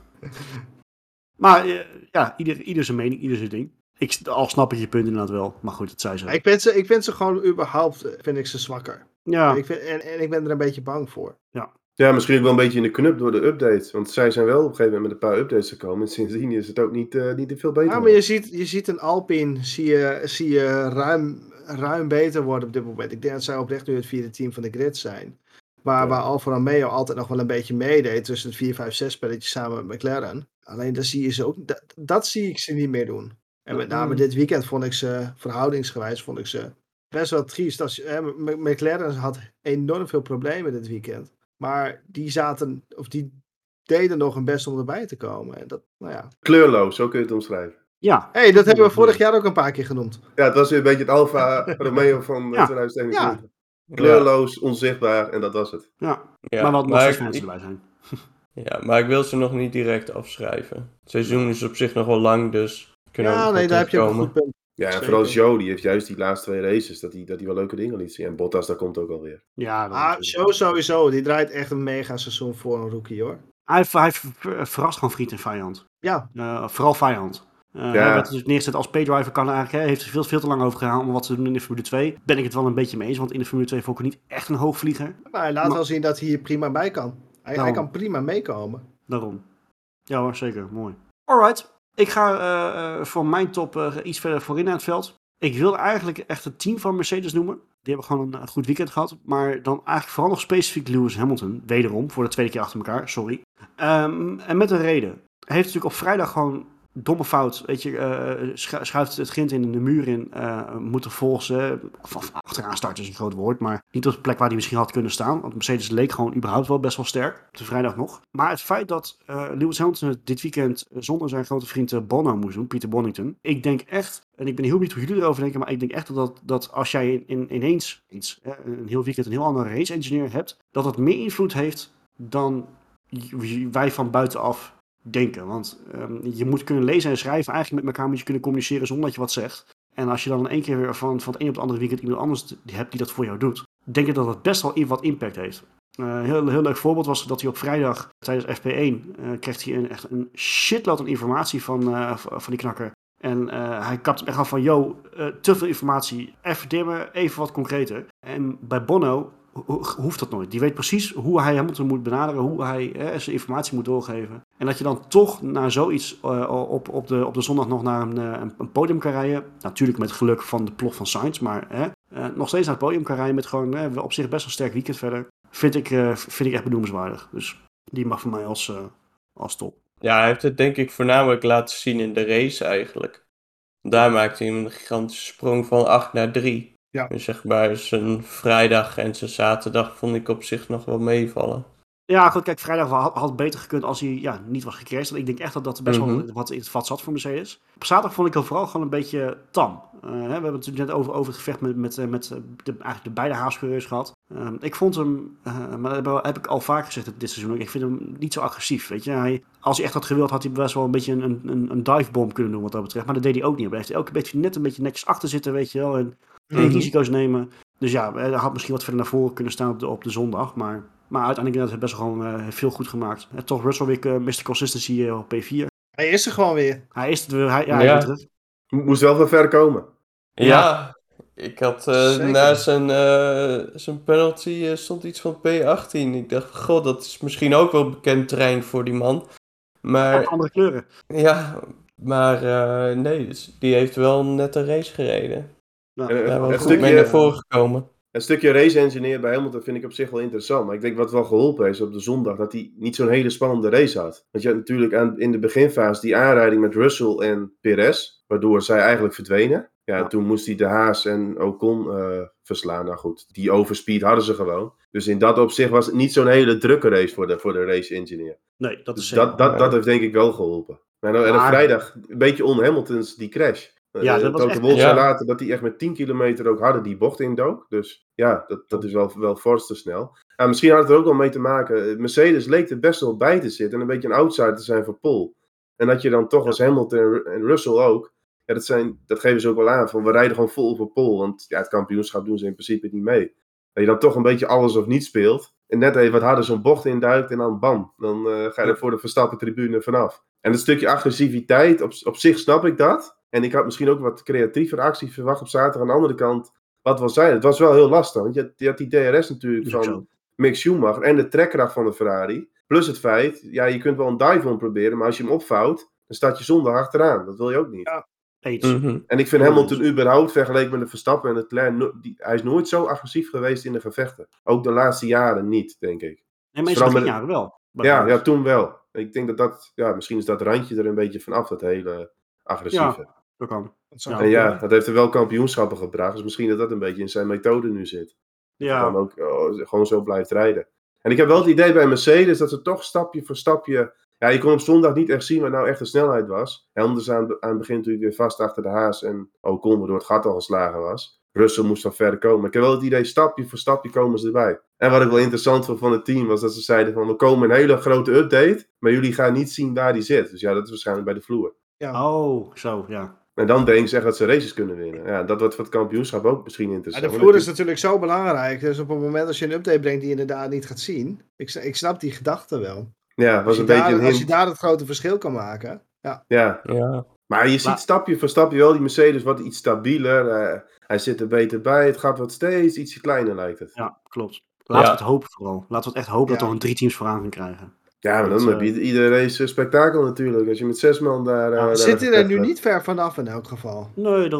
Maar ieder zijn mening, ieder zijn ding. Al snap ik je punt inderdaad wel, maar goed, het zei zo. Ik vind ze gewoon überhaupt, vind ik ze zwakker. Ja. En ik ben er een beetje bang voor. Ja, misschien ook wel een beetje in de knup door de updates. Want zij zijn wel op een gegeven moment met een paar updates gekomen. En sindsdien is het ook niet veel beter. Ja, maar je ziet een Alpine, zie je ruim beter worden op dit moment. Ik denk dat zij oprecht nu het 4e team van de grid zijn. Waar Alfa Romeo altijd nog wel een beetje meedeed tussen het 4, 5, 6 spelletje samen met McLaren. Alleen daar zie je ze ook, dat zie ik ze niet meer doen. En met name dit weekend vond ik ze, verhoudingsgewijs, best wel triest. McLaren had enorm veel problemen dit weekend. Maar die deden nog hun best om erbij te komen. En dat, Kleurloos, zo kun je het omschrijven. Ja. Dat hebben we vorig jaar ook een paar keer genoemd. Ja, het was weer een beetje het Alfa Romeo van 2021. Ja. Kleurloos, onzichtbaar en dat was het. Ja. Maar wat nog steeds mensen erbij zijn. Ja, maar ik wil ze nog niet direct afschrijven. Het seizoen is op zich nog wel lang, dus... daar heb je ook een goed punt. Ja, en vooral Joe, die heeft juist die laafste 2 races, dat hij wel leuke dingen liet zien. En Bottas, dat komt ook alweer. Ja, Joe sowieso, die draait echt een mega seizoen voor een rookie, hoor. Hij verrast gewoon vriend en vijand. Ja. Vooral vijand. Wat dus neerzet als paydriver kan eigenlijk, heeft er veel te lang over gehaald om wat te doen in de Formule 2. Ben ik het wel een beetje mee eens, want in de Formule 2 vond ik niet echt een hoogvlieger. Maar hij laat wel zien dat hij hier prima bij kan. Hij kan prima meekomen. Daarom. Ja hoor, zeker. Mooi. Alright. Ik ga voor mijn top iets verder voorin aan het veld. Ik wilde eigenlijk echt het team van Mercedes noemen. Die hebben gewoon een goed weekend gehad. Maar dan eigenlijk vooral nog specifiek Lewis Hamilton. Wederom, voor de tweede keer achter elkaar, sorry. En met een reden. Hij heeft natuurlijk op vrijdag gewoon domme fout. Weet je, schuift het grind in de muur in. Moet er volgens achteraan starten is een groot woord. Maar niet op de plek waar hij misschien had kunnen staan. Want Mercedes leek gewoon überhaupt wel best wel sterk. Op de vrijdag nog. Maar het feit dat Lewis Hamilton het dit weekend zonder zijn grote vriend Bono moest doen. Peter Bonington. Ik denk echt, en ik ben heel benieuwd hoe jullie erover denken. Maar ik denk echt dat als jij ineens een heel weekend een heel andere race engineer hebt. Dat dat meer invloed heeft dan wij van buitenaf denken. Want je moet kunnen lezen en schrijven. Eigenlijk met elkaar moet je kunnen communiceren zonder dat je wat zegt. En als je dan in één keer weer van het een op het andere weekend iemand anders hebt die dat voor jou doet, denk ik dat het best wel wat impact heeft. Heel leuk voorbeeld was dat hij op vrijdag tijdens FP1 kreeg hij echt een shitload aan informatie van die knakker. En hij kapt hem echt af van, te veel informatie, even dimmen, even wat concreter. En bij Bono hoeft dat nooit. Die weet precies hoe hij Hamilton moet benaderen, hoe hij zijn informatie moet doorgeven. En dat je dan toch naar zoiets op de zondag nog naar een podium kan rijden. Natuurlijk met geluk van de ploeg van Sainz, maar nog steeds naar het podium kan rijden met gewoon op zich best wel sterk weekend verder. Vind ik echt benoemenswaardig. Dus die mag voor mij als top. Ja, hij heeft het denk ik voornamelijk laten zien in de race eigenlijk. Daar maakte hij een gigantische sprong van 8 naar 3. Ja. Dus zeg maar zijn vrijdag en zijn zaterdag vond ik op zich nog wel meevallen. Ja, goed, kijk, vrijdag had beter gekund als hij niet was gecrashed. Ik denk echt dat er best wel wat in het vat zat voor Mercedes. Op zaterdag vond ik hem vooral gewoon een beetje tam. We hebben het natuurlijk net over het gevecht met eigenlijk de beide Haas-coureurs gehad. Ik vond hem, maar dat heb ik al vaak gezegd dit seizoen ook, ik vind hem niet zo agressief. Weet je? Als hij echt had gewild, had hij best wel een beetje een divebomb kunnen doen wat dat betreft. Maar dat deed hij ook niet. Hij heeft elke beetje net een beetje netjes achter zitten, weet je wel. En risico's nemen. Dus ja, hij had misschien wat verder naar voren kunnen staan op de zondag. Maar uiteindelijk heeft hij best wel gewoon veel goed gemaakt. En toch Russell weer Mr. Consistency op P4. Hij is er gewoon weer. Hij is er weer. Hij is terug. Moest wel van ver komen. Ja, ik had na zijn penalty stond iets van P18. Ik dacht, god, dat is misschien ook wel bekend terrein voor die man. Maar andere kleuren. Ja, maar nee, dus die heeft wel net een race gereden. Daar was goed mee naar voren gekomen. Een stukje race engineer bij Hamilton vind ik op zich wel interessant. Maar ik denk wat wel geholpen heeft op de zondag, dat hij niet zo'n hele spannende race had. Want je had natuurlijk in de beginfase die aanrijding met Russell en Perez, waardoor zij eigenlijk verdwenen. Ja, toen moest hij de Haas en Ocon verslaan. Nou goed, die overspeed hadden ze gewoon. Dus in dat opzicht was het niet zo'n hele drukke race voor de race engineer. Nee, dat is dus dat heeft denk ik wel geholpen. Maar vrijdag, een beetje on-Hamiltons, die crash. Ja, dat was echt... Wolff zei later dat hij echt met 10 kilometer ook harder die bocht indook. Dus ja, dat is wel fors te snel. Misschien had het er ook wel mee te maken. Mercedes leek er best wel bij te zitten en een beetje een outsider te zijn voor Pole. En dat je dan toch als Hamilton en Russell ook, ja, dat geven ze ook wel aan, van we rijden gewoon vol voor Pole. Want ja, het kampioenschap doen ze in principe niet mee. Dat je dan toch een beetje alles of niet speelt. En net even wat harder zo'n bocht induikt en dan bam. Dan ga je er voor de Verstappen-tribune vanaf. En het stukje agressiviteit, op zich snap ik dat. En ik had misschien ook wat creatiever actie verwacht op zaterdag. Aan de andere kant, wat was zijn? Het was wel heel lastig. Want je had die DRS natuurlijk van Mick Schumacher en de trekkracht van de Ferrari. Plus het feit, ja, je kunt wel een dive-on proberen. Maar als je hem opvouwt, dan staat je zondag achteraan. Dat wil je ook niet. Ja. En ik vind Hamilton überhaupt vergeleken met de Verstappen en Leclerc, hij is nooit zo agressief geweest in de gevechten. Ook de laatste jaren niet, denk ik. Nee, maar in de jaren wel. Ja, toen wel. Ik denk dat misschien is dat randje er een beetje vanaf, dat hele agressieve. Ja, dat kan. En ja, dat heeft er wel kampioenschappen gebracht. Dus misschien dat een beetje in zijn methode nu zit. Ja. Dat dan ook gewoon zo blijft rijden. En ik heb wel het idee bij Mercedes dat ze toch stapje voor stapje... Ja, je kon op zondag niet echt zien wat nou echt de snelheid was. Hamilton aan het begin natuurlijk weer vast achter de Haas en Ocon, waardoor het gat al geslagen was. Russell moest dan verder komen. Maar ik heb wel het idee, stapje voor stapje komen ze erbij. En wat ik wel interessant vond van het team was dat ze zeiden van, we komen een hele grote update, maar jullie gaan niet zien waar die zit. Dus ja, dat is waarschijnlijk bij de vloer. Ja. Oh, zo, ja. En dan denken ze echt dat ze races kunnen winnen. Ja, dat wordt voor het kampioenschap ook misschien interessant. Ja, de vloer is natuurlijk zo belangrijk. Dus op het moment als je een update brengt die je inderdaad niet gaat zien. Ik snap die gedachte wel. Ja, was een beetje een hint. Als je daar het grote verschil kan maken. Ja. Maar je ziet stapje voor stapje wel, die Mercedes wordt iets stabieler. Hij zit er beter bij. Het gaat wat steeds ietsje kleiner, lijkt het. Ja, klopt. Laten we het hopen vooral. Laten we het echt hopen dat we een 3 teams vooraan gaan krijgen. Ja, maar dan heb je iedere race spektakel natuurlijk. Als je met 6 man daar... zit hij er nu niet ver vanaf in elk geval. Nee, daarom.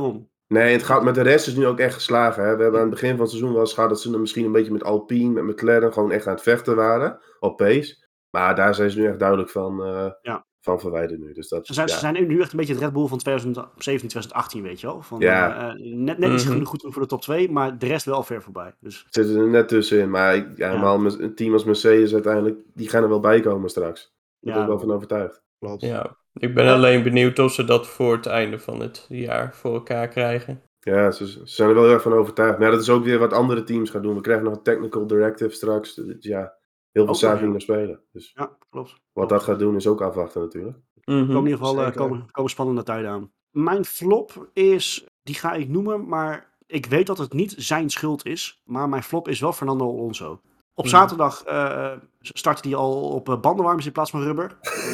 Nee, het gaat met de rest is nu ook echt geslagen. Hè? We hebben aan het begin van het seizoen wel eens gehad dat ze misschien een beetje met Alpine, met McLaren gewoon echt aan het vechten waren. Op pace. Maar daar zijn ze nu echt duidelijk van verwijderd nu. Dus dat, Ze zijn nu echt een beetje het Red Bull van 2017, 2018, weet je wel. Van, Ja. Net niet goed voor de top 2, maar de rest wel ver voorbij. Dus. Zitten er net tussenin. Maar helemaal een team als Mercedes uiteindelijk, die gaan er wel bij komen straks. Daar ben ik wel van overtuigd. Klopt. Ja, ik ben alleen benieuwd of ze dat voor het einde van het jaar voor elkaar krijgen. Ja, ze zijn er wel heel erg van overtuigd. Maar dat is ook weer wat andere teams gaan doen. We krijgen nog een technical directive straks. Dus ja, heel veel zaken die nog spelen. Dus ja, klopt. Wat dat gaat doen is ook afwachten natuurlijk. Er komen in ieder geval komen spannende tijden aan. Mijn flop is, die ga ik noemen, maar ik weet dat het niet zijn schuld is. Maar mijn flop is wel Fernando Alonso. Op zaterdag startte hij al op bandenwarmers in plaats van rubber.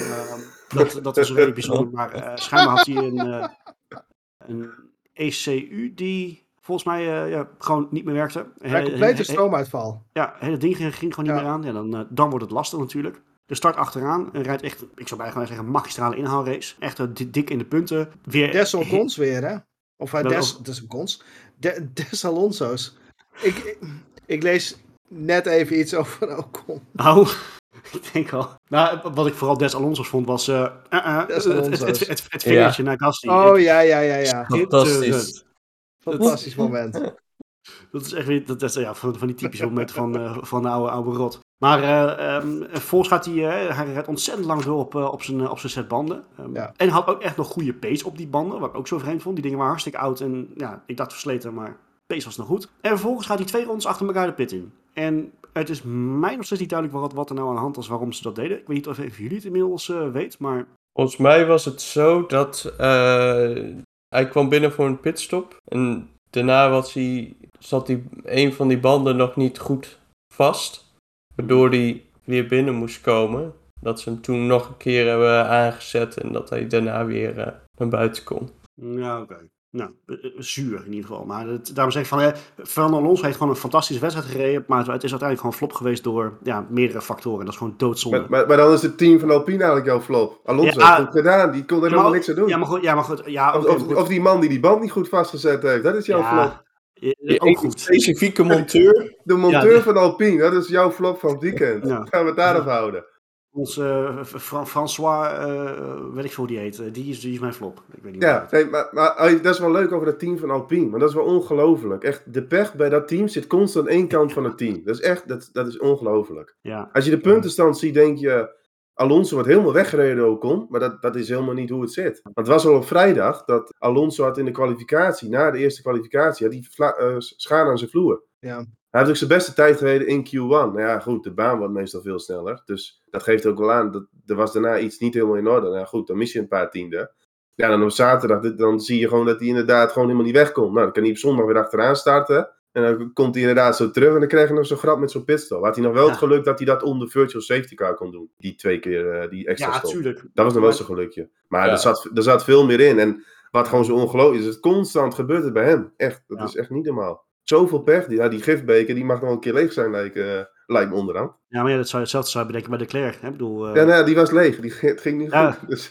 Dat was redelijk bijzonder, maar schijnbaar had hij een ECU die volgens mij gewoon niet meer werkte. Een complete stroomuitval. Ja, het hele ding ging gewoon niet meer aan. Ja, dan wordt het lastig natuurlijk. De start achteraan rijdt echt, ik zou bijna zeggen, een magistrale inhaalrace. Echt dik in de punten. Desalcons weer, hè? Of Desalcons. Des Alonso's. Ik lees net even iets over Ocon. Oh, ik denk al. Nou, wat ik vooral Des Alonso's vond was het vingertje naar Gasly. Oh, ja. Fantastisch moment. Dat is echt weer van die typische momenten van de oude rot. Maar volgens gaat hij rijdt ontzettend lang door op zijn set banden. En had ook echt nog goede pace op die banden, wat ik ook zo vreemd vond. Die dingen waren hartstikke oud en ja, ik dacht versleten, maar pace was nog goed. En vervolgens gaat hij 2 rondes achter elkaar de pit in. En het is mij nog steeds niet duidelijk wat er nou aan de hand was, waarom ze dat deden. Ik weet niet of even jullie het inmiddels weet, maar... Volgens mij was het zo dat hij kwam binnen voor een pitstop. En daarna zat een van die banden nog niet goed vast. Waardoor hij weer binnen moest komen. Dat ze hem toen nog een keer hebben aangezet. En dat hij daarna weer naar buiten kon. Ja, oké. Nou, zuur in ieder geval. Maar daarom zeg ik van, Fernando Alonso heeft gewoon een fantastische wedstrijd gereden. Maar het is uiteindelijk gewoon flop geweest door meerdere factoren. Dat is gewoon doodzonde. Maar dan is het team van Alpine eigenlijk jouw flop. Alonso heeft het gedaan. Die kon er helemaal niks aan doen. Ja, maar goed. Ja, of die man die band niet goed vastgezet heeft. Dat is jouw flop. Ook goed. Specifieke monteur. De monteur van Alpine. Dat is jouw flop van het weekend. Gaan we het daarop houden. Onze François, weet ik veel hoe die heet, die is mijn flop. Ik weet niet maar dat is wel leuk over dat team van Alpine, maar dat is wel ongelooflijk. Echt, de pech bij dat team zit constant aan één kant van het team. Dat is echt, dat is ongelooflijk. Ja. Als je de puntenstand ziet, denk je, Alonso wordt helemaal weggereden door Ocon, maar dat is helemaal niet hoe het zit. Want het was al op vrijdag dat Alonso had in de kwalificatie, na de eerste kwalificatie, had hij schade aan zijn vloer. Ja. Hij heeft ook zijn beste tijd gereden in Q1. Nou ja, goed, de baan wordt meestal veel sneller. Dus dat geeft ook wel aan. Dat er was daarna iets niet helemaal in orde. Nou ja, goed, dan mis je een paar tienden. Ja, dan op zaterdag, dan zie je gewoon dat hij inderdaad gewoon helemaal niet wegkomt. Nou, dan kan hij op zondag weer achteraan starten. En dan komt hij inderdaad zo terug en dan krijg je nog zo'n grap met zo'n pitstop. Had hij nog wel het geluk dat hij dat onder virtual safety car kon doen. Die 2 keer die extra stop. Ja, tuurlijk. Dat was nog wel zo'n gelukje. Maar er zat veel meer in. En wat gewoon zo ongelooflijk is, het constant gebeurt het bij hem. Echt, dat is echt niet normaal. Zoveel pech. Die gifbeker, die mag nog een keer leeg zijn, lijkt me onderaan. Ja, maar hetzelfde zou je bedenken bij Leclerc. Hè? Ik bedoel, die was leeg. Het ging niet goed. Dus,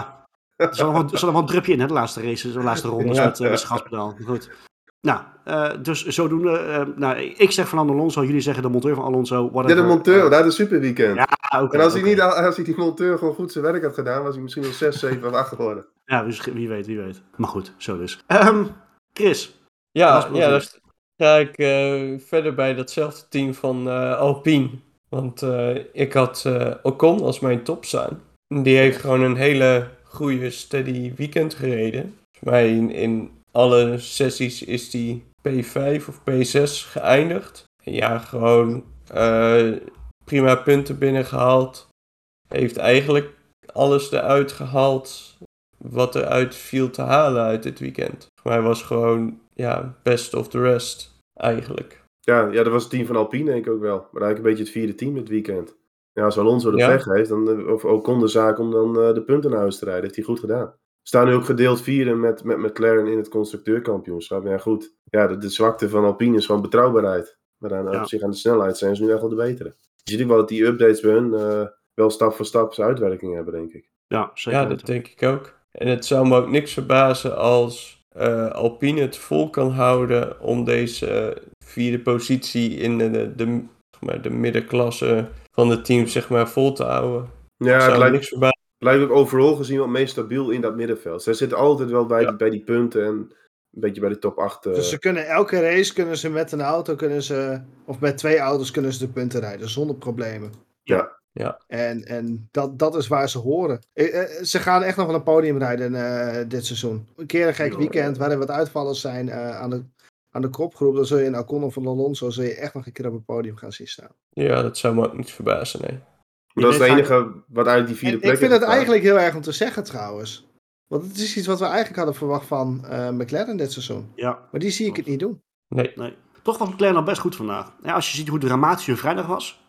er zat nog wel een drupje in, hè, de laatste race, de laatste rondes met zijn gaspedaal. Goed. Nou, dus zodoende. Ik zeg Fernando Alonso, jullie zeggen de monteur van Alonso. Whatever. Ja, de monteur, dat is een superweekend. Ja, en als hij die monteur gewoon goed zijn werk had gedaan, was hij misschien wel 6, 7 of 8 geworden. Ja, dus wie weet. Maar goed, zo dus. Chris. Ja, dan ga ik verder bij datzelfde team van Alpine. Want ik had Ocon als mijn top staan. Die heeft gewoon een hele goede steady weekend gereden. Volgens mij in alle sessies is die P5 of P6 geëindigd. En ja, gewoon prima punten binnengehaald. Heeft eigenlijk alles eruit gehaald wat eruit viel te halen uit dit weekend. Maar hij was gewoon best of the rest eigenlijk. Ja, dat was het team van Alpine denk ik ook wel. Maar eigenlijk een beetje het vierde team dit weekend. Ja, als Alonso de pech heeft, of Ocon de zaak om dan de punten naar huis te rijden, heeft hij goed gedaan. Staan nu ook gedeeld vierde met McLaren in het constructeurkampioenschap. Ja goed, de zwakte van Alpine is gewoon betrouwbaarheid. Maar op zich aan de snelheid zijn ze nu echt wel de betere. Je ziet ook wel dat die updates bij hun wel stap voor stap zijn uitwerking hebben, denk ik. Ja, zeker. Ja, dat denk ik ook. En het zou me ook niks verbazen als Alpine het vol kan houden om deze 4e positie in de middenklasse van de team zeg maar vol te houden. Ja, het lijkt ook overal gezien wat meest stabiel in dat middenveld. Zij zitten altijd wel bij die punten en een beetje bij de top 8. Dus ze kunnen elke race met een auto of met 2 auto's kunnen ze de punten rijden zonder problemen. Ja. En dat is waar ze horen. Ze gaan echt nog wel een podium rijden dit seizoen. Een keer een gek weekend waarin wat uitvallers zijn aan de kopgroep. Dan zul je in Ocon of Alonso zul je echt nog een keer op het podium gaan zien staan. Ja, dat zou me ook niet verbazen, nee. Maar dat is het enige wat uit die 4e plek. Ik vind het eigenlijk heel erg om te zeggen trouwens. Want het is iets wat we eigenlijk hadden verwacht van McLaren dit seizoen. Ja. Maar die zie ik het niet doen. Nee. Toch was McLaren al best goed vandaag. Ja, als je ziet hoe dramatisch hun vrijdag was.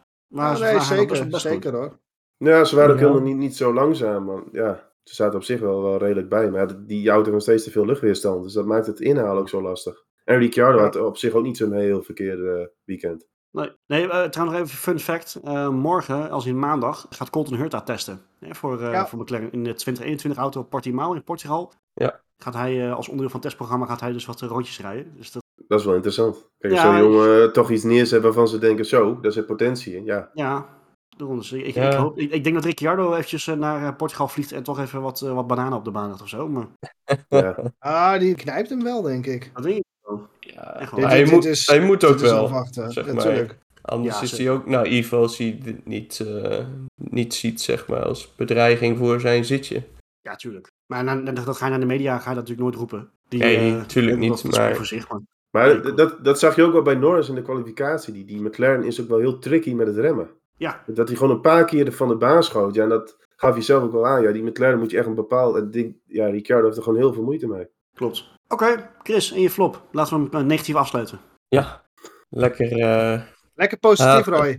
Zeker hoor. Ja, ze waren ook helemaal niet zo langzaam. Maar ja, ze zaten op zich wel redelijk bij. Maar die auto heeft nog steeds te veel luchtweerstand. Dus dat maakt het inhalen ook zo lastig. En Ricciardo had op zich ook niet zo'n heel verkeerde weekend. Nee, trouwens nog even fun fact. Morgen, als in maandag, gaat Colton Herta testen. Voor McLaren in de 2021 auto Portimao in Portugal. Ja. Gaat hij als onderdeel van het testprogramma dus wat rondjes rijden. Dus dat is wel interessant. Kijk, als zo'n jongen toch iets neerzet waarvan ze denken, zo, daar zit potentie in. Ja, daarom. Dus ik denk dat Ricciardo eventjes naar Portugal vliegt en toch even wat bananen op de baan had of zo. Maar... die knijpt hem wel, denk ik. Dat denk ik wel. Ja, hij moet ook wel. Afwachten, zeg natuurlijk. Anders is hij ook naïef als hij dit niet ziet, zeg maar, als bedreiging voor zijn zitje. Ja, tuurlijk. Maar dan ga je naar de media, ga je dat natuurlijk nooit roepen. Nee, natuurlijk niet. Maar... Voor zich, maar dat zag je ook wel bij Norris in de kwalificatie. Die McLaren is ook wel heel tricky met het remmen. Ja. Dat hij gewoon een paar keer van de baan schoot. Ja, en dat gaf hij zelf ook wel aan. Ja, die McLaren moet je echt een bepaald... Ja, Ricciardo heeft er gewoon heel veel moeite mee. Klopt. Oké, Chris, in je flop. Laten we hem negatief afsluiten. Ja, Lekker positief, Roy.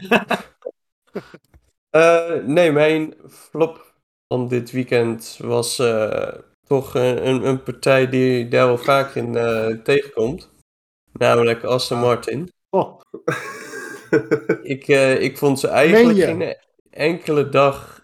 Nee, mijn flop van dit weekend was toch een partij die daar wel vaak in tegenkomt. Namelijk Aston Martin. Oh. Ik vond ze eigenlijk geen enkele dag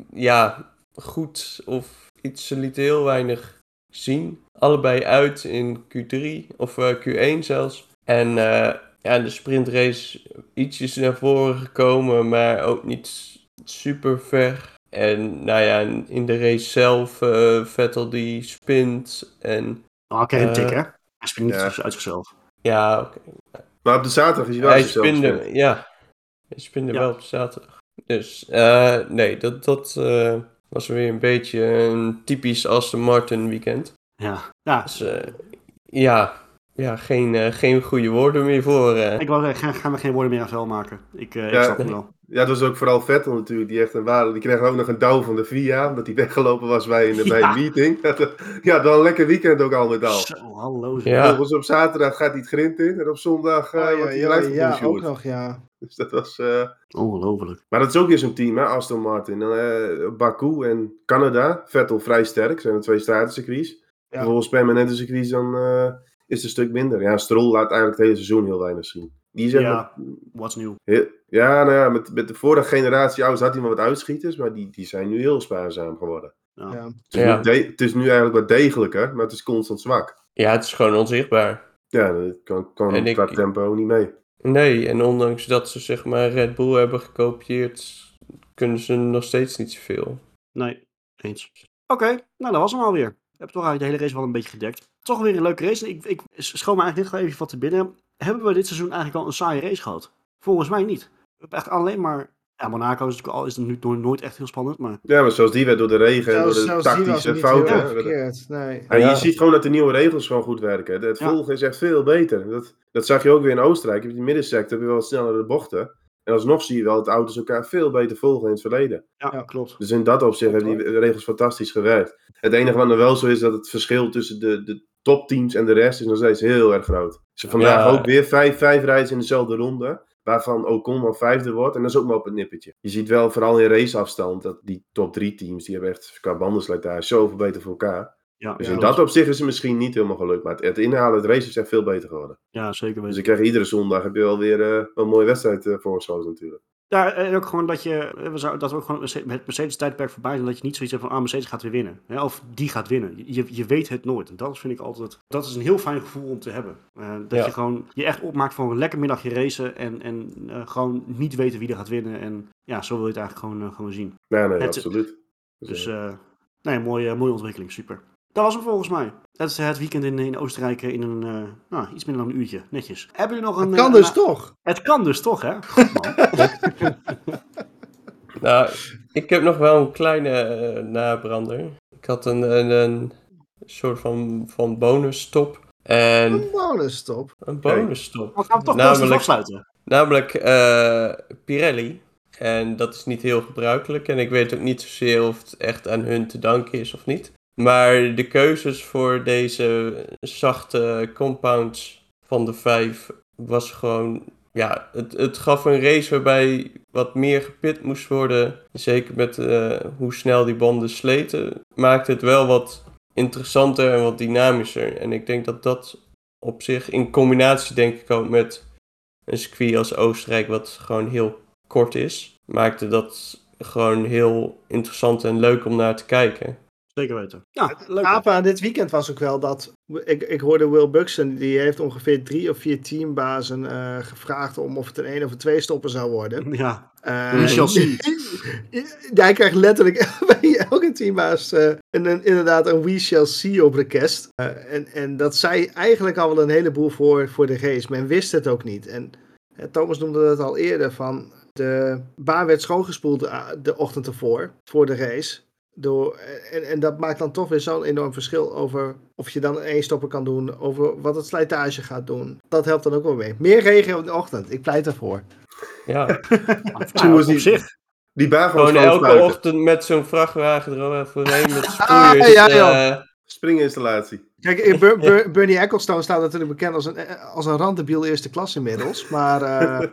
goed of iets. Ze lieten heel weinig zien. Allebei uit in Q3 of Q1 zelfs. En de sprintrace ietsjes naar voren gekomen, maar ook niet super ver. En in de race zelf, Vettel die spint. En kreeg een tik, hè? Hij spint niet uit zichzelf. Ja, oké. Maar op de zaterdag is hij wel hij spinde wel op de zaterdag. Dus nee, dat was weer een beetje een typisch Aston Martin weekend. Ja. Dus geen goede woorden meer voor. Ik wou zeggen, gaan we geen woorden meer aan vuil maken. Ik snap het wel. Ja, dat was ook vooral Vettel natuurlijk, die kreeg ook nog een douw van de VIA, omdat hij weggelopen was bij een meeting. Ja, dan een lekker weekend ook al met al. Zo, hallo. Ja. Volgens op zaterdag gaat hij het grind in en op zondag wordt hij eruit Ja, ook nog, ja. Dus dat was... Ongelooflijk. Maar dat is ook weer zo'n team, hè, Aston Martin. Baku en Canada, Vettel vrij sterk, zijn er 2 stratencircuits. Bijvoorbeeld permanente circuits, dan is het een stuk minder. Ja, Stroll laat eigenlijk het hele seizoen heel weinig zien. what's new? Met de vorige generatie ouders had hij wel wat uitschieters, maar die zijn nu heel spaarzaam geworden. Ja. Het is nu eigenlijk wat degelijker, maar het is constant zwak. Ja, het is gewoon onzichtbaar. Ja, dat kan qua tempo niet mee. Nee, en ondanks dat ze zeg maar Red Bull hebben gekopieerd, kunnen ze nog steeds niet zoveel. Nee, eens. Oké, dat was hem alweer. We hebben toch eigenlijk de hele race wel een beetje gedekt. Toch weer een leuke race. Ik schoon me eigenlijk net even wat te binnen. Hebben we dit seizoen eigenlijk al een saaie race gehad? Volgens mij niet. We hebben echt alleen maar... Ja, Monaco is natuurlijk is het nu nooit echt heel spannend, maar... Ja, maar zoals die werd door de regen en door de tactische fouten. Nee. Je ziet gewoon dat de nieuwe regels gewoon goed werken. Het volgen is echt veel beter. Dat zag je ook weer in Oostenrijk. In de middensector heb je wel wat snellere bochten. En alsnog zie je wel dat de auto's elkaar veel beter volgen in het verleden. Ja, klopt. Dus in dat opzicht hebben die regels fantastisch gewerkt. Het enige wat nog wel zo is, dat het verschil tussen de topteams en de rest is nog steeds heel erg groot. Dus vandaag ook weer 5 rijders in dezelfde ronde. Waarvan Ocon wel 5e wordt. En dat is ook maar op het nippertje. Je ziet wel vooral in raceafstand dat die top 3 teams, die hebben echt qua bandenslijtage zoveel beter voor elkaar. Ja, dus in dat opzicht is het misschien niet helemaal gelukt. Maar het inhalen, het race is echt veel beter geworden. Ja, zeker weten. Dus ik krijg iedere zondag heb je wel weer een mooie wedstrijd voorgeschoten natuurlijk. Ja, en ook gewoon dat we ook gewoon het Mercedes-tijdperk voorbij zijn, dat je niet zoiets hebt van, Mercedes gaat weer winnen. Hè? Of die gaat winnen. Je weet het nooit. En dat vind ik altijd, dat is een heel fijn gevoel om te hebben. Dat je gewoon je echt opmaakt voor een lekker middagje racen en gewoon niet weten wie er gaat winnen. En ja, zo wil je het eigenlijk gewoon zien. Nee, absoluut. Dus, mooie ontwikkeling, super. Dat was hem volgens mij. Dat is het weekend in Oostenrijk in een iets minder dan een uurtje. Netjes. Hebben jullie nog een... Het kan dus toch? Het kan dus toch, hè? Goed, man. Nou, ik heb nog wel een kleine nabrander. Ik had een soort van bonusstop. Een bonusstop? Een bonusstop. We gaan toch positief afsluiten. Namelijk Pirelli. En dat is niet heel gebruikelijk. En ik weet ook niet zozeer of het echt aan hun te danken is of niet. Maar de keuzes voor deze zachte compounds van de 5 was gewoon... Ja, het gaf een race waarbij wat meer gepit moest worden. Zeker met hoe snel die banden sleten. Maakte het wel wat interessanter en wat dynamischer. En ik denk dat dat op zich in combinatie denk ik ook met een circuit als Oostenrijk wat gewoon heel kort is. Maakte dat gewoon heel interessant en leuk om naar te kijken. Zeker weten. Ja, leuk. APA dit weekend was ook wel dat... Ik hoorde Will Buxton, die heeft ongeveer 3 of 4 teambazen gevraagd om of het een 1 of een 2 stopper zou worden. Ja, we shall see. Hij krijgt letterlijk bij elke teambaas inderdaad een we shall see op request. En dat zei eigenlijk al wel een heleboel voor de race. Men wist het ook niet. En Thomas noemde het al eerder van... De baan werd schoongespoeld de ochtend ervoor, voor de race... En dat maakt dan toch weer zo'n enorm verschil over of je dan een 1 stopper kan doen, over wat het slijtage gaat doen. Dat helpt dan ook wel mee. Meer regen op de ochtend, ik pleit ervoor. Ja, Op zich. Die baan gewoon elke ochtend met zo'n vrachtwagen eroverheen met sproeiers. Springinstallatie. Kijk, Bernie Ecclestone staat natuurlijk bekend als een randebiel eerste klas inmiddels. Maar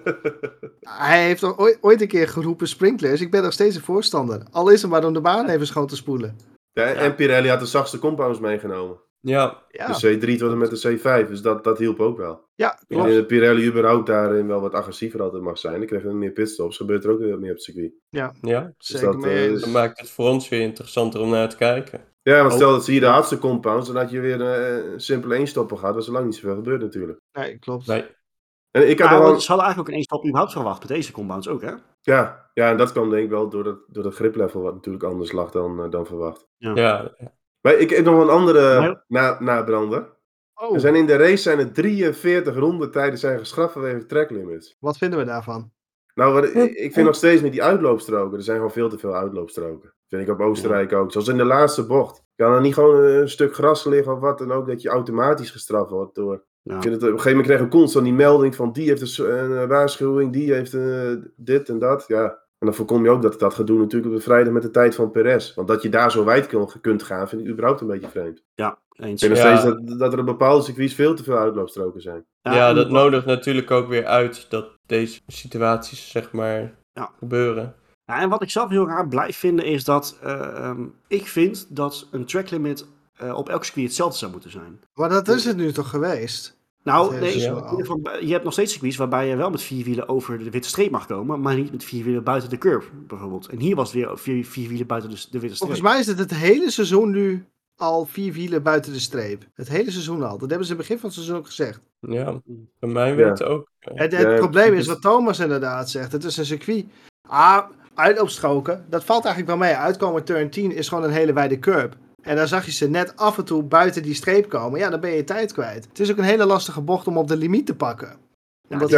hij heeft ooit een keer geroepen sprinklers. Ik ben nog steeds een voorstander. Al is het maar om de baan even schoon te spoelen. Ja, en Pirelli had de zachtste compounds meegenomen. Ja. De C3 tot en met de C5. Dus dat hielp ook wel. Ja, klopt. En Pirelli überhaupt daarin wel wat agressiever altijd mag zijn. Dan krijg je meer pitstops. Gebeurt er ook weer meer op het circuit. Ja. Zeker dus dat maakt het voor ons weer interessanter om naar te kijken. Ja, want stel dat ze hier de hardste compounds, dan had je weer een simpele 1-stopper gehad. Was er lang niet zoveel gebeurd natuurlijk. Nee, klopt. Nee. En ik had ze hadden eigenlijk ook een 1 stop überhaupt verwacht met deze compounds ook, hè? Ja, en dat kwam denk ik wel door dat griplevel wat natuurlijk anders lag dan verwacht. Ja. Maar ik heb nog een andere nabrander. Oh. Er zijn in de race 43 rondetijden zijn geschrapt vanwege tracklimits. Wat vinden we daarvan? Nou, ik vind nog steeds met die uitloopstroken, er zijn gewoon veel te veel uitloopstroken. Vind ik op Oostenrijk ook. Zoals in de laatste bocht. Kan er niet gewoon een stuk gras liggen of wat dan ook, dat je automatisch gestraft wordt door... Ja. Ik vind het, op een gegeven moment krijg je constant die melding van die heeft een waarschuwing, die heeft dit en dat. Ja. En dan voorkom je ook dat gedoe natuurlijk op de vrijdag met de tijd van Perez. Want dat je daar zo wijd kunt gaan, vind ik überhaupt een beetje vreemd. Ja, eens. Ik vind nog steeds dat er op bepaalde circuits veel te veel uitloopstroken zijn. Ja, dat nodigt natuurlijk ook weer uit dat deze situaties, zeg maar, gebeuren. Ja, en wat ik zelf heel raar blijf vinden is dat ik vind dat een tracklimit op elk circuit hetzelfde zou moeten zijn. Maar dat is het nu toch geweest? Nou, nee, je hebt nog steeds circuits waarbij je wel met 4 wielen over de witte streep mag komen, maar niet met 4 wielen buiten de curve, bijvoorbeeld. En hier was het weer 4 wielen buiten de witte streep. Volgens mij is het hele seizoen nu al 4 wielen buiten de streep. Het hele seizoen al. Dat hebben ze in het begin van het seizoen ook gezegd. Ja, bij mij werd het ook. Het probleem is wat Thomas inderdaad zegt. Het is een circuit. Uitloopstroken, dat valt eigenlijk wel mee. Uitkomen turn 10 is gewoon een hele wijde curb. En dan zag je ze net af en toe buiten die streep komen. Ja, dan ben je tijd kwijt. Het is ook een hele lastige bocht om op de limiet te pakken. Omdat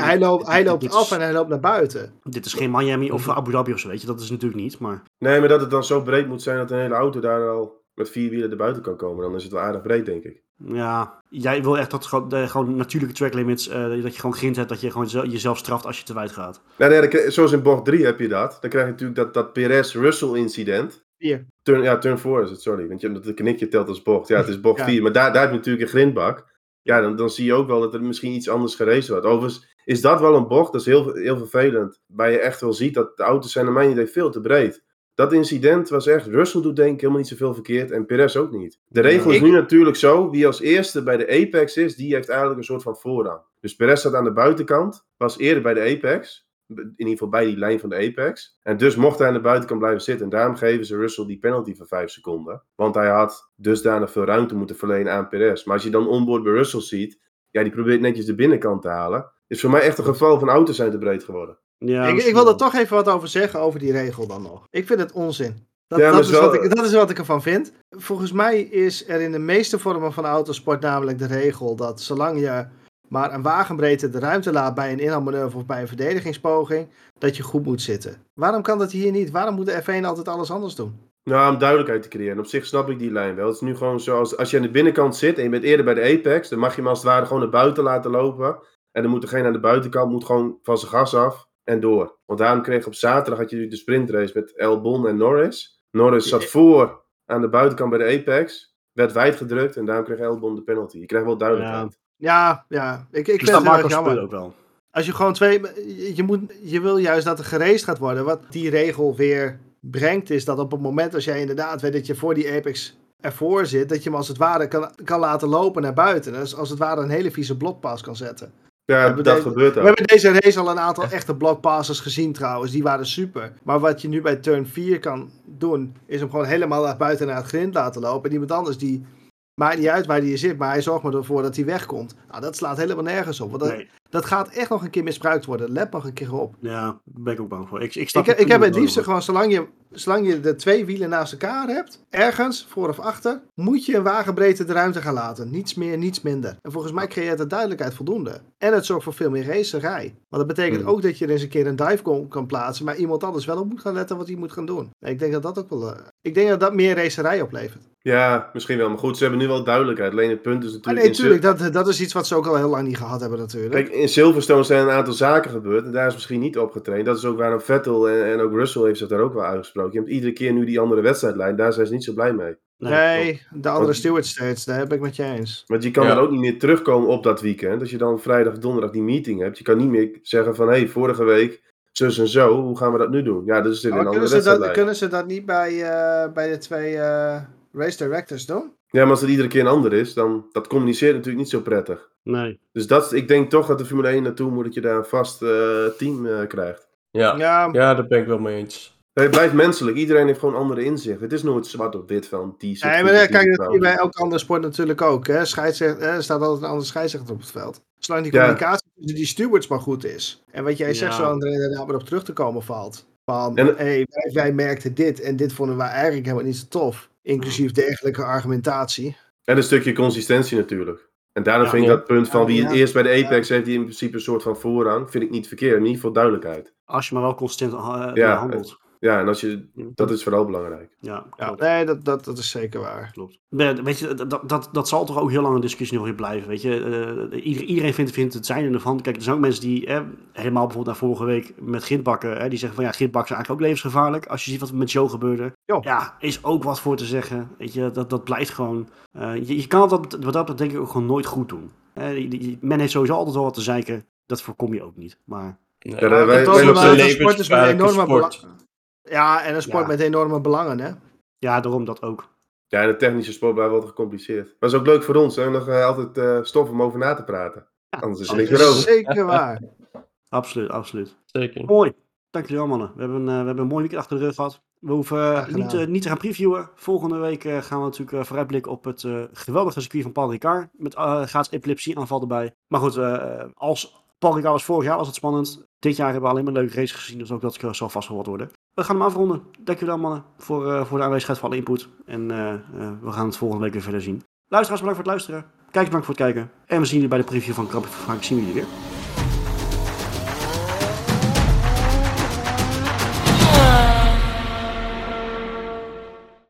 hij loopt af en hij loopt naar buiten. Dit is geen Miami of Abu Dhabi of zo, weet je. Dat is natuurlijk niet, maar... Nee, maar dat het dan zo breed moet zijn dat een hele auto daar al met 4 wielen erbuiten kan komen. Dan is het wel aardig breed, denk ik. Ja, jij wil echt dat gewoon natuurlijke track limits, dat je gewoon grind hebt, dat je gewoon jezelf straft als je te wijd gaat. Nee, zoals in bocht 3 heb je dat. Dan krijg je natuurlijk dat Perez-Russell incident. 4. Turn 4 is het, sorry. Want het knikje telt als bocht. Ja, het is bocht 4. Maar daar heb je natuurlijk een grindbak. Ja, dan zie je ook wel dat er misschien iets anders geraced wordt. Overigens is dat wel een bocht, dat is heel, heel vervelend. Waar je echt wel ziet dat de auto's zijn naar mijn idee veel te breed. Dat incident was echt, Russell doet denk ik helemaal niet zoveel verkeerd en Perez ook niet. De regel is nu natuurlijk zo, wie als eerste bij de apex is, die heeft eigenlijk een soort van voorrang. Dus Perez staat aan de buitenkant, was eerder bij de apex. in ieder geval bij die lijn van de apex. En dus mocht hij aan de buitenkant blijven zitten. En daarom geven ze Russell die penalty van 5 seconden. Want hij had dusdanig veel ruimte moeten verlenen aan Perez. Maar als je dan onboard bij Russell ziet, ja, die probeert netjes de binnenkant te halen. Is voor mij echt een geval van auto's zijn te breed geworden. Ja, ik wil er toch even wat over zeggen over die regel dan nog. Ik vind het onzin. Dat is wat ik ervan vind. Volgens mij is er in de meeste vormen van autosport namelijk de regel dat zolang je maar een wagenbreedte de ruimte laat bij een inhaalmanoeuvre of bij een verdedigingspoging, dat je goed moet zitten. Waarom kan dat hier niet? Waarom moet de F1 altijd alles anders doen? Nou, om duidelijkheid te creëren. Op zich snap ik die lijn wel. Het is nu gewoon zoals, als je aan de binnenkant zit en je bent eerder bij de apex, dan mag je hem als het ware gewoon naar buiten laten lopen. En dan moet degene aan de buitenkant moet gewoon van zijn gas af en door. Want daarom kreeg op zaterdag had je de sprintrace met Albon en Norris. Norris zat voor aan de buitenkant bij de apex, werd wijd gedrukt en daarom kreeg Albon de penalty. Je krijgt wel duidelijkheid. Ja. Ik vind het heel erg jammer. Ook wel. Als je gewoon je wil juist dat er geraced gaat worden. Wat die regel weer brengt is dat op het moment als jij inderdaad weet dat je voor die apex ervoor zit, dat je hem als het ware kan laten lopen naar buiten. Dus als het ware een hele vieze blokpas kan zetten. Ja, dat gebeurt ook. We hebben deze race al een aantal echte blockpasses gezien trouwens. Die waren super. Maar wat je nu bij turn 4 kan doen, is hem gewoon helemaal naar buiten naar het grind laten lopen. En iemand anders die maakt niet uit waar hij zit, maar hij zorgt maar ervoor dat hij wegkomt. Nou, dat slaat helemaal nergens op. Want dat gaat echt nog een keer misbruikt worden. Let nog een keer op. Ja, daar ben ik ook bang voor. Ik heb het liefst gewoon, zolang je de 2 wielen naast elkaar hebt, ergens, voor of achter, moet je een wagenbreedte de ruimte gaan laten. Niets meer, niets minder. En volgens mij creëert het duidelijkheid voldoende. En het zorgt voor veel meer racerij. Want dat betekent ook dat je er eens een keer een dive kan plaatsen, maar iemand anders wel op moet gaan letten wat hij moet gaan doen. Ik denk dat dat ook wel... ik denk dat dat meer racerij oplevert. Ja, misschien wel. Maar goed, ze hebben nu wel duidelijkheid. Alleen het punt is natuurlijk... Nee, tuurlijk. Dat is iets wat ze ook al heel lang niet gehad hebben natuurlijk. Kijk, in Silverstone zijn een aantal zaken gebeurd. En daar is misschien niet opgetraind. Dat is ook waarom Vettel en ook Russell heeft zich daar ook wel uitgesproken. Je hebt iedere keer nu die andere wedstrijdlijn. Daar zijn ze niet zo blij mee. Nee, de andere steward states, daar heb ik met je eens. Want je kan dan ook niet meer terugkomen op dat weekend. Als je dan vrijdag, donderdag die meeting hebt. Je kan niet meer zeggen van, hey, vorige week, zus en zo, hoe gaan we dat nu doen? Ja, dat is in een andere wedstrijdlijn. Kunnen ze dat niet bij de 2 race directors doen? Ja, maar als het iedere keer een ander is, dan dat communiceert natuurlijk niet zo prettig. Nee. Dus ik denk toch dat de Formule 1 naartoe moet dat je daar een vast team krijgt. Ja, daar ben ik wel mee eens. Het blijft menselijk. Iedereen heeft gewoon andere inzichten. Het is nooit zwart op wit van die zit. Nee, maar kijk, dat zie je bij elke andere sport natuurlijk ook. Hè? Er staat altijd een andere scheidsrechter op het veld. Zolang die communicatie tussen die stewards maar goed is. En wat jij zegt, zolang er inderdaad maar op terug te komen valt. Van, wij merkten dit en dit vonden wij eigenlijk helemaal niet zo tof. Inclusief dergelijke argumentatie. En een stukje consistentie natuurlijk. En daarom vind ik dat punt van wie het eerst bij de apex heeft, die in principe een soort van voorrang, vind ik niet verkeerd. In ieder geval duidelijkheid. Als je maar wel consistent handelt. Ja, en dat is vooral belangrijk. Ja, nee, dat is zeker waar. Klopt. Weet je, dat zal toch ook heel lang een discussie nog weer blijven. Weet je, iedereen vindt het zijn ervan. Kijk, er zijn ook mensen die, helemaal bijvoorbeeld naar vorige week met gridbakken, die zeggen van ja, gridbakken zijn eigenlijk ook levensgevaarlijk. Als je ziet wat er met Joe gebeurde. Ja, is ook wat voor te zeggen. Weet je, dat blijft gewoon. Je kan dat denk ik ook gewoon nooit goed doen. Men heeft sowieso altijd wel wat te zeiken. Dat voorkom je ook niet. Maar... Nee, een sport is met enorme belangen. Ja, en een sport met enorme belangen, hè? Ja, daarom dat ook. Ja, en de technische sport blijft wel gecompliceerd. Maar dat is ook leuk voor ons, hè? Nog altijd stof om over na te praten. Ja, anders is er niks meer over. Zeker waar. Absoluut. Zeker. Mooi. Dankjewel, mannen. We hebben een mooi weekend achter de rug gehad. We hoeven niet te gaan previewen. Volgende week gaan we natuurlijk vooruitblikken op het geweldige circuit van Paul Ricard. Met gratis epilepsieaanval erbij. Maar goed, als Paul Ricard was vorig jaar was het spannend. Dit jaar hebben we alleen maar leuke races gezien. Dus ook dat zal vast wel wat worden. We gaan hem afronden. Dankjewel, mannen, voor de aanwezigheid, voor alle input. En we gaan het volgende week weer verder zien. Luisteraars, bedankt voor het luisteren. Kijkers, bedankt voor het kijken. En we zien jullie bij de preview van Grand Prix van Frankrijk. Zien we jullie weer.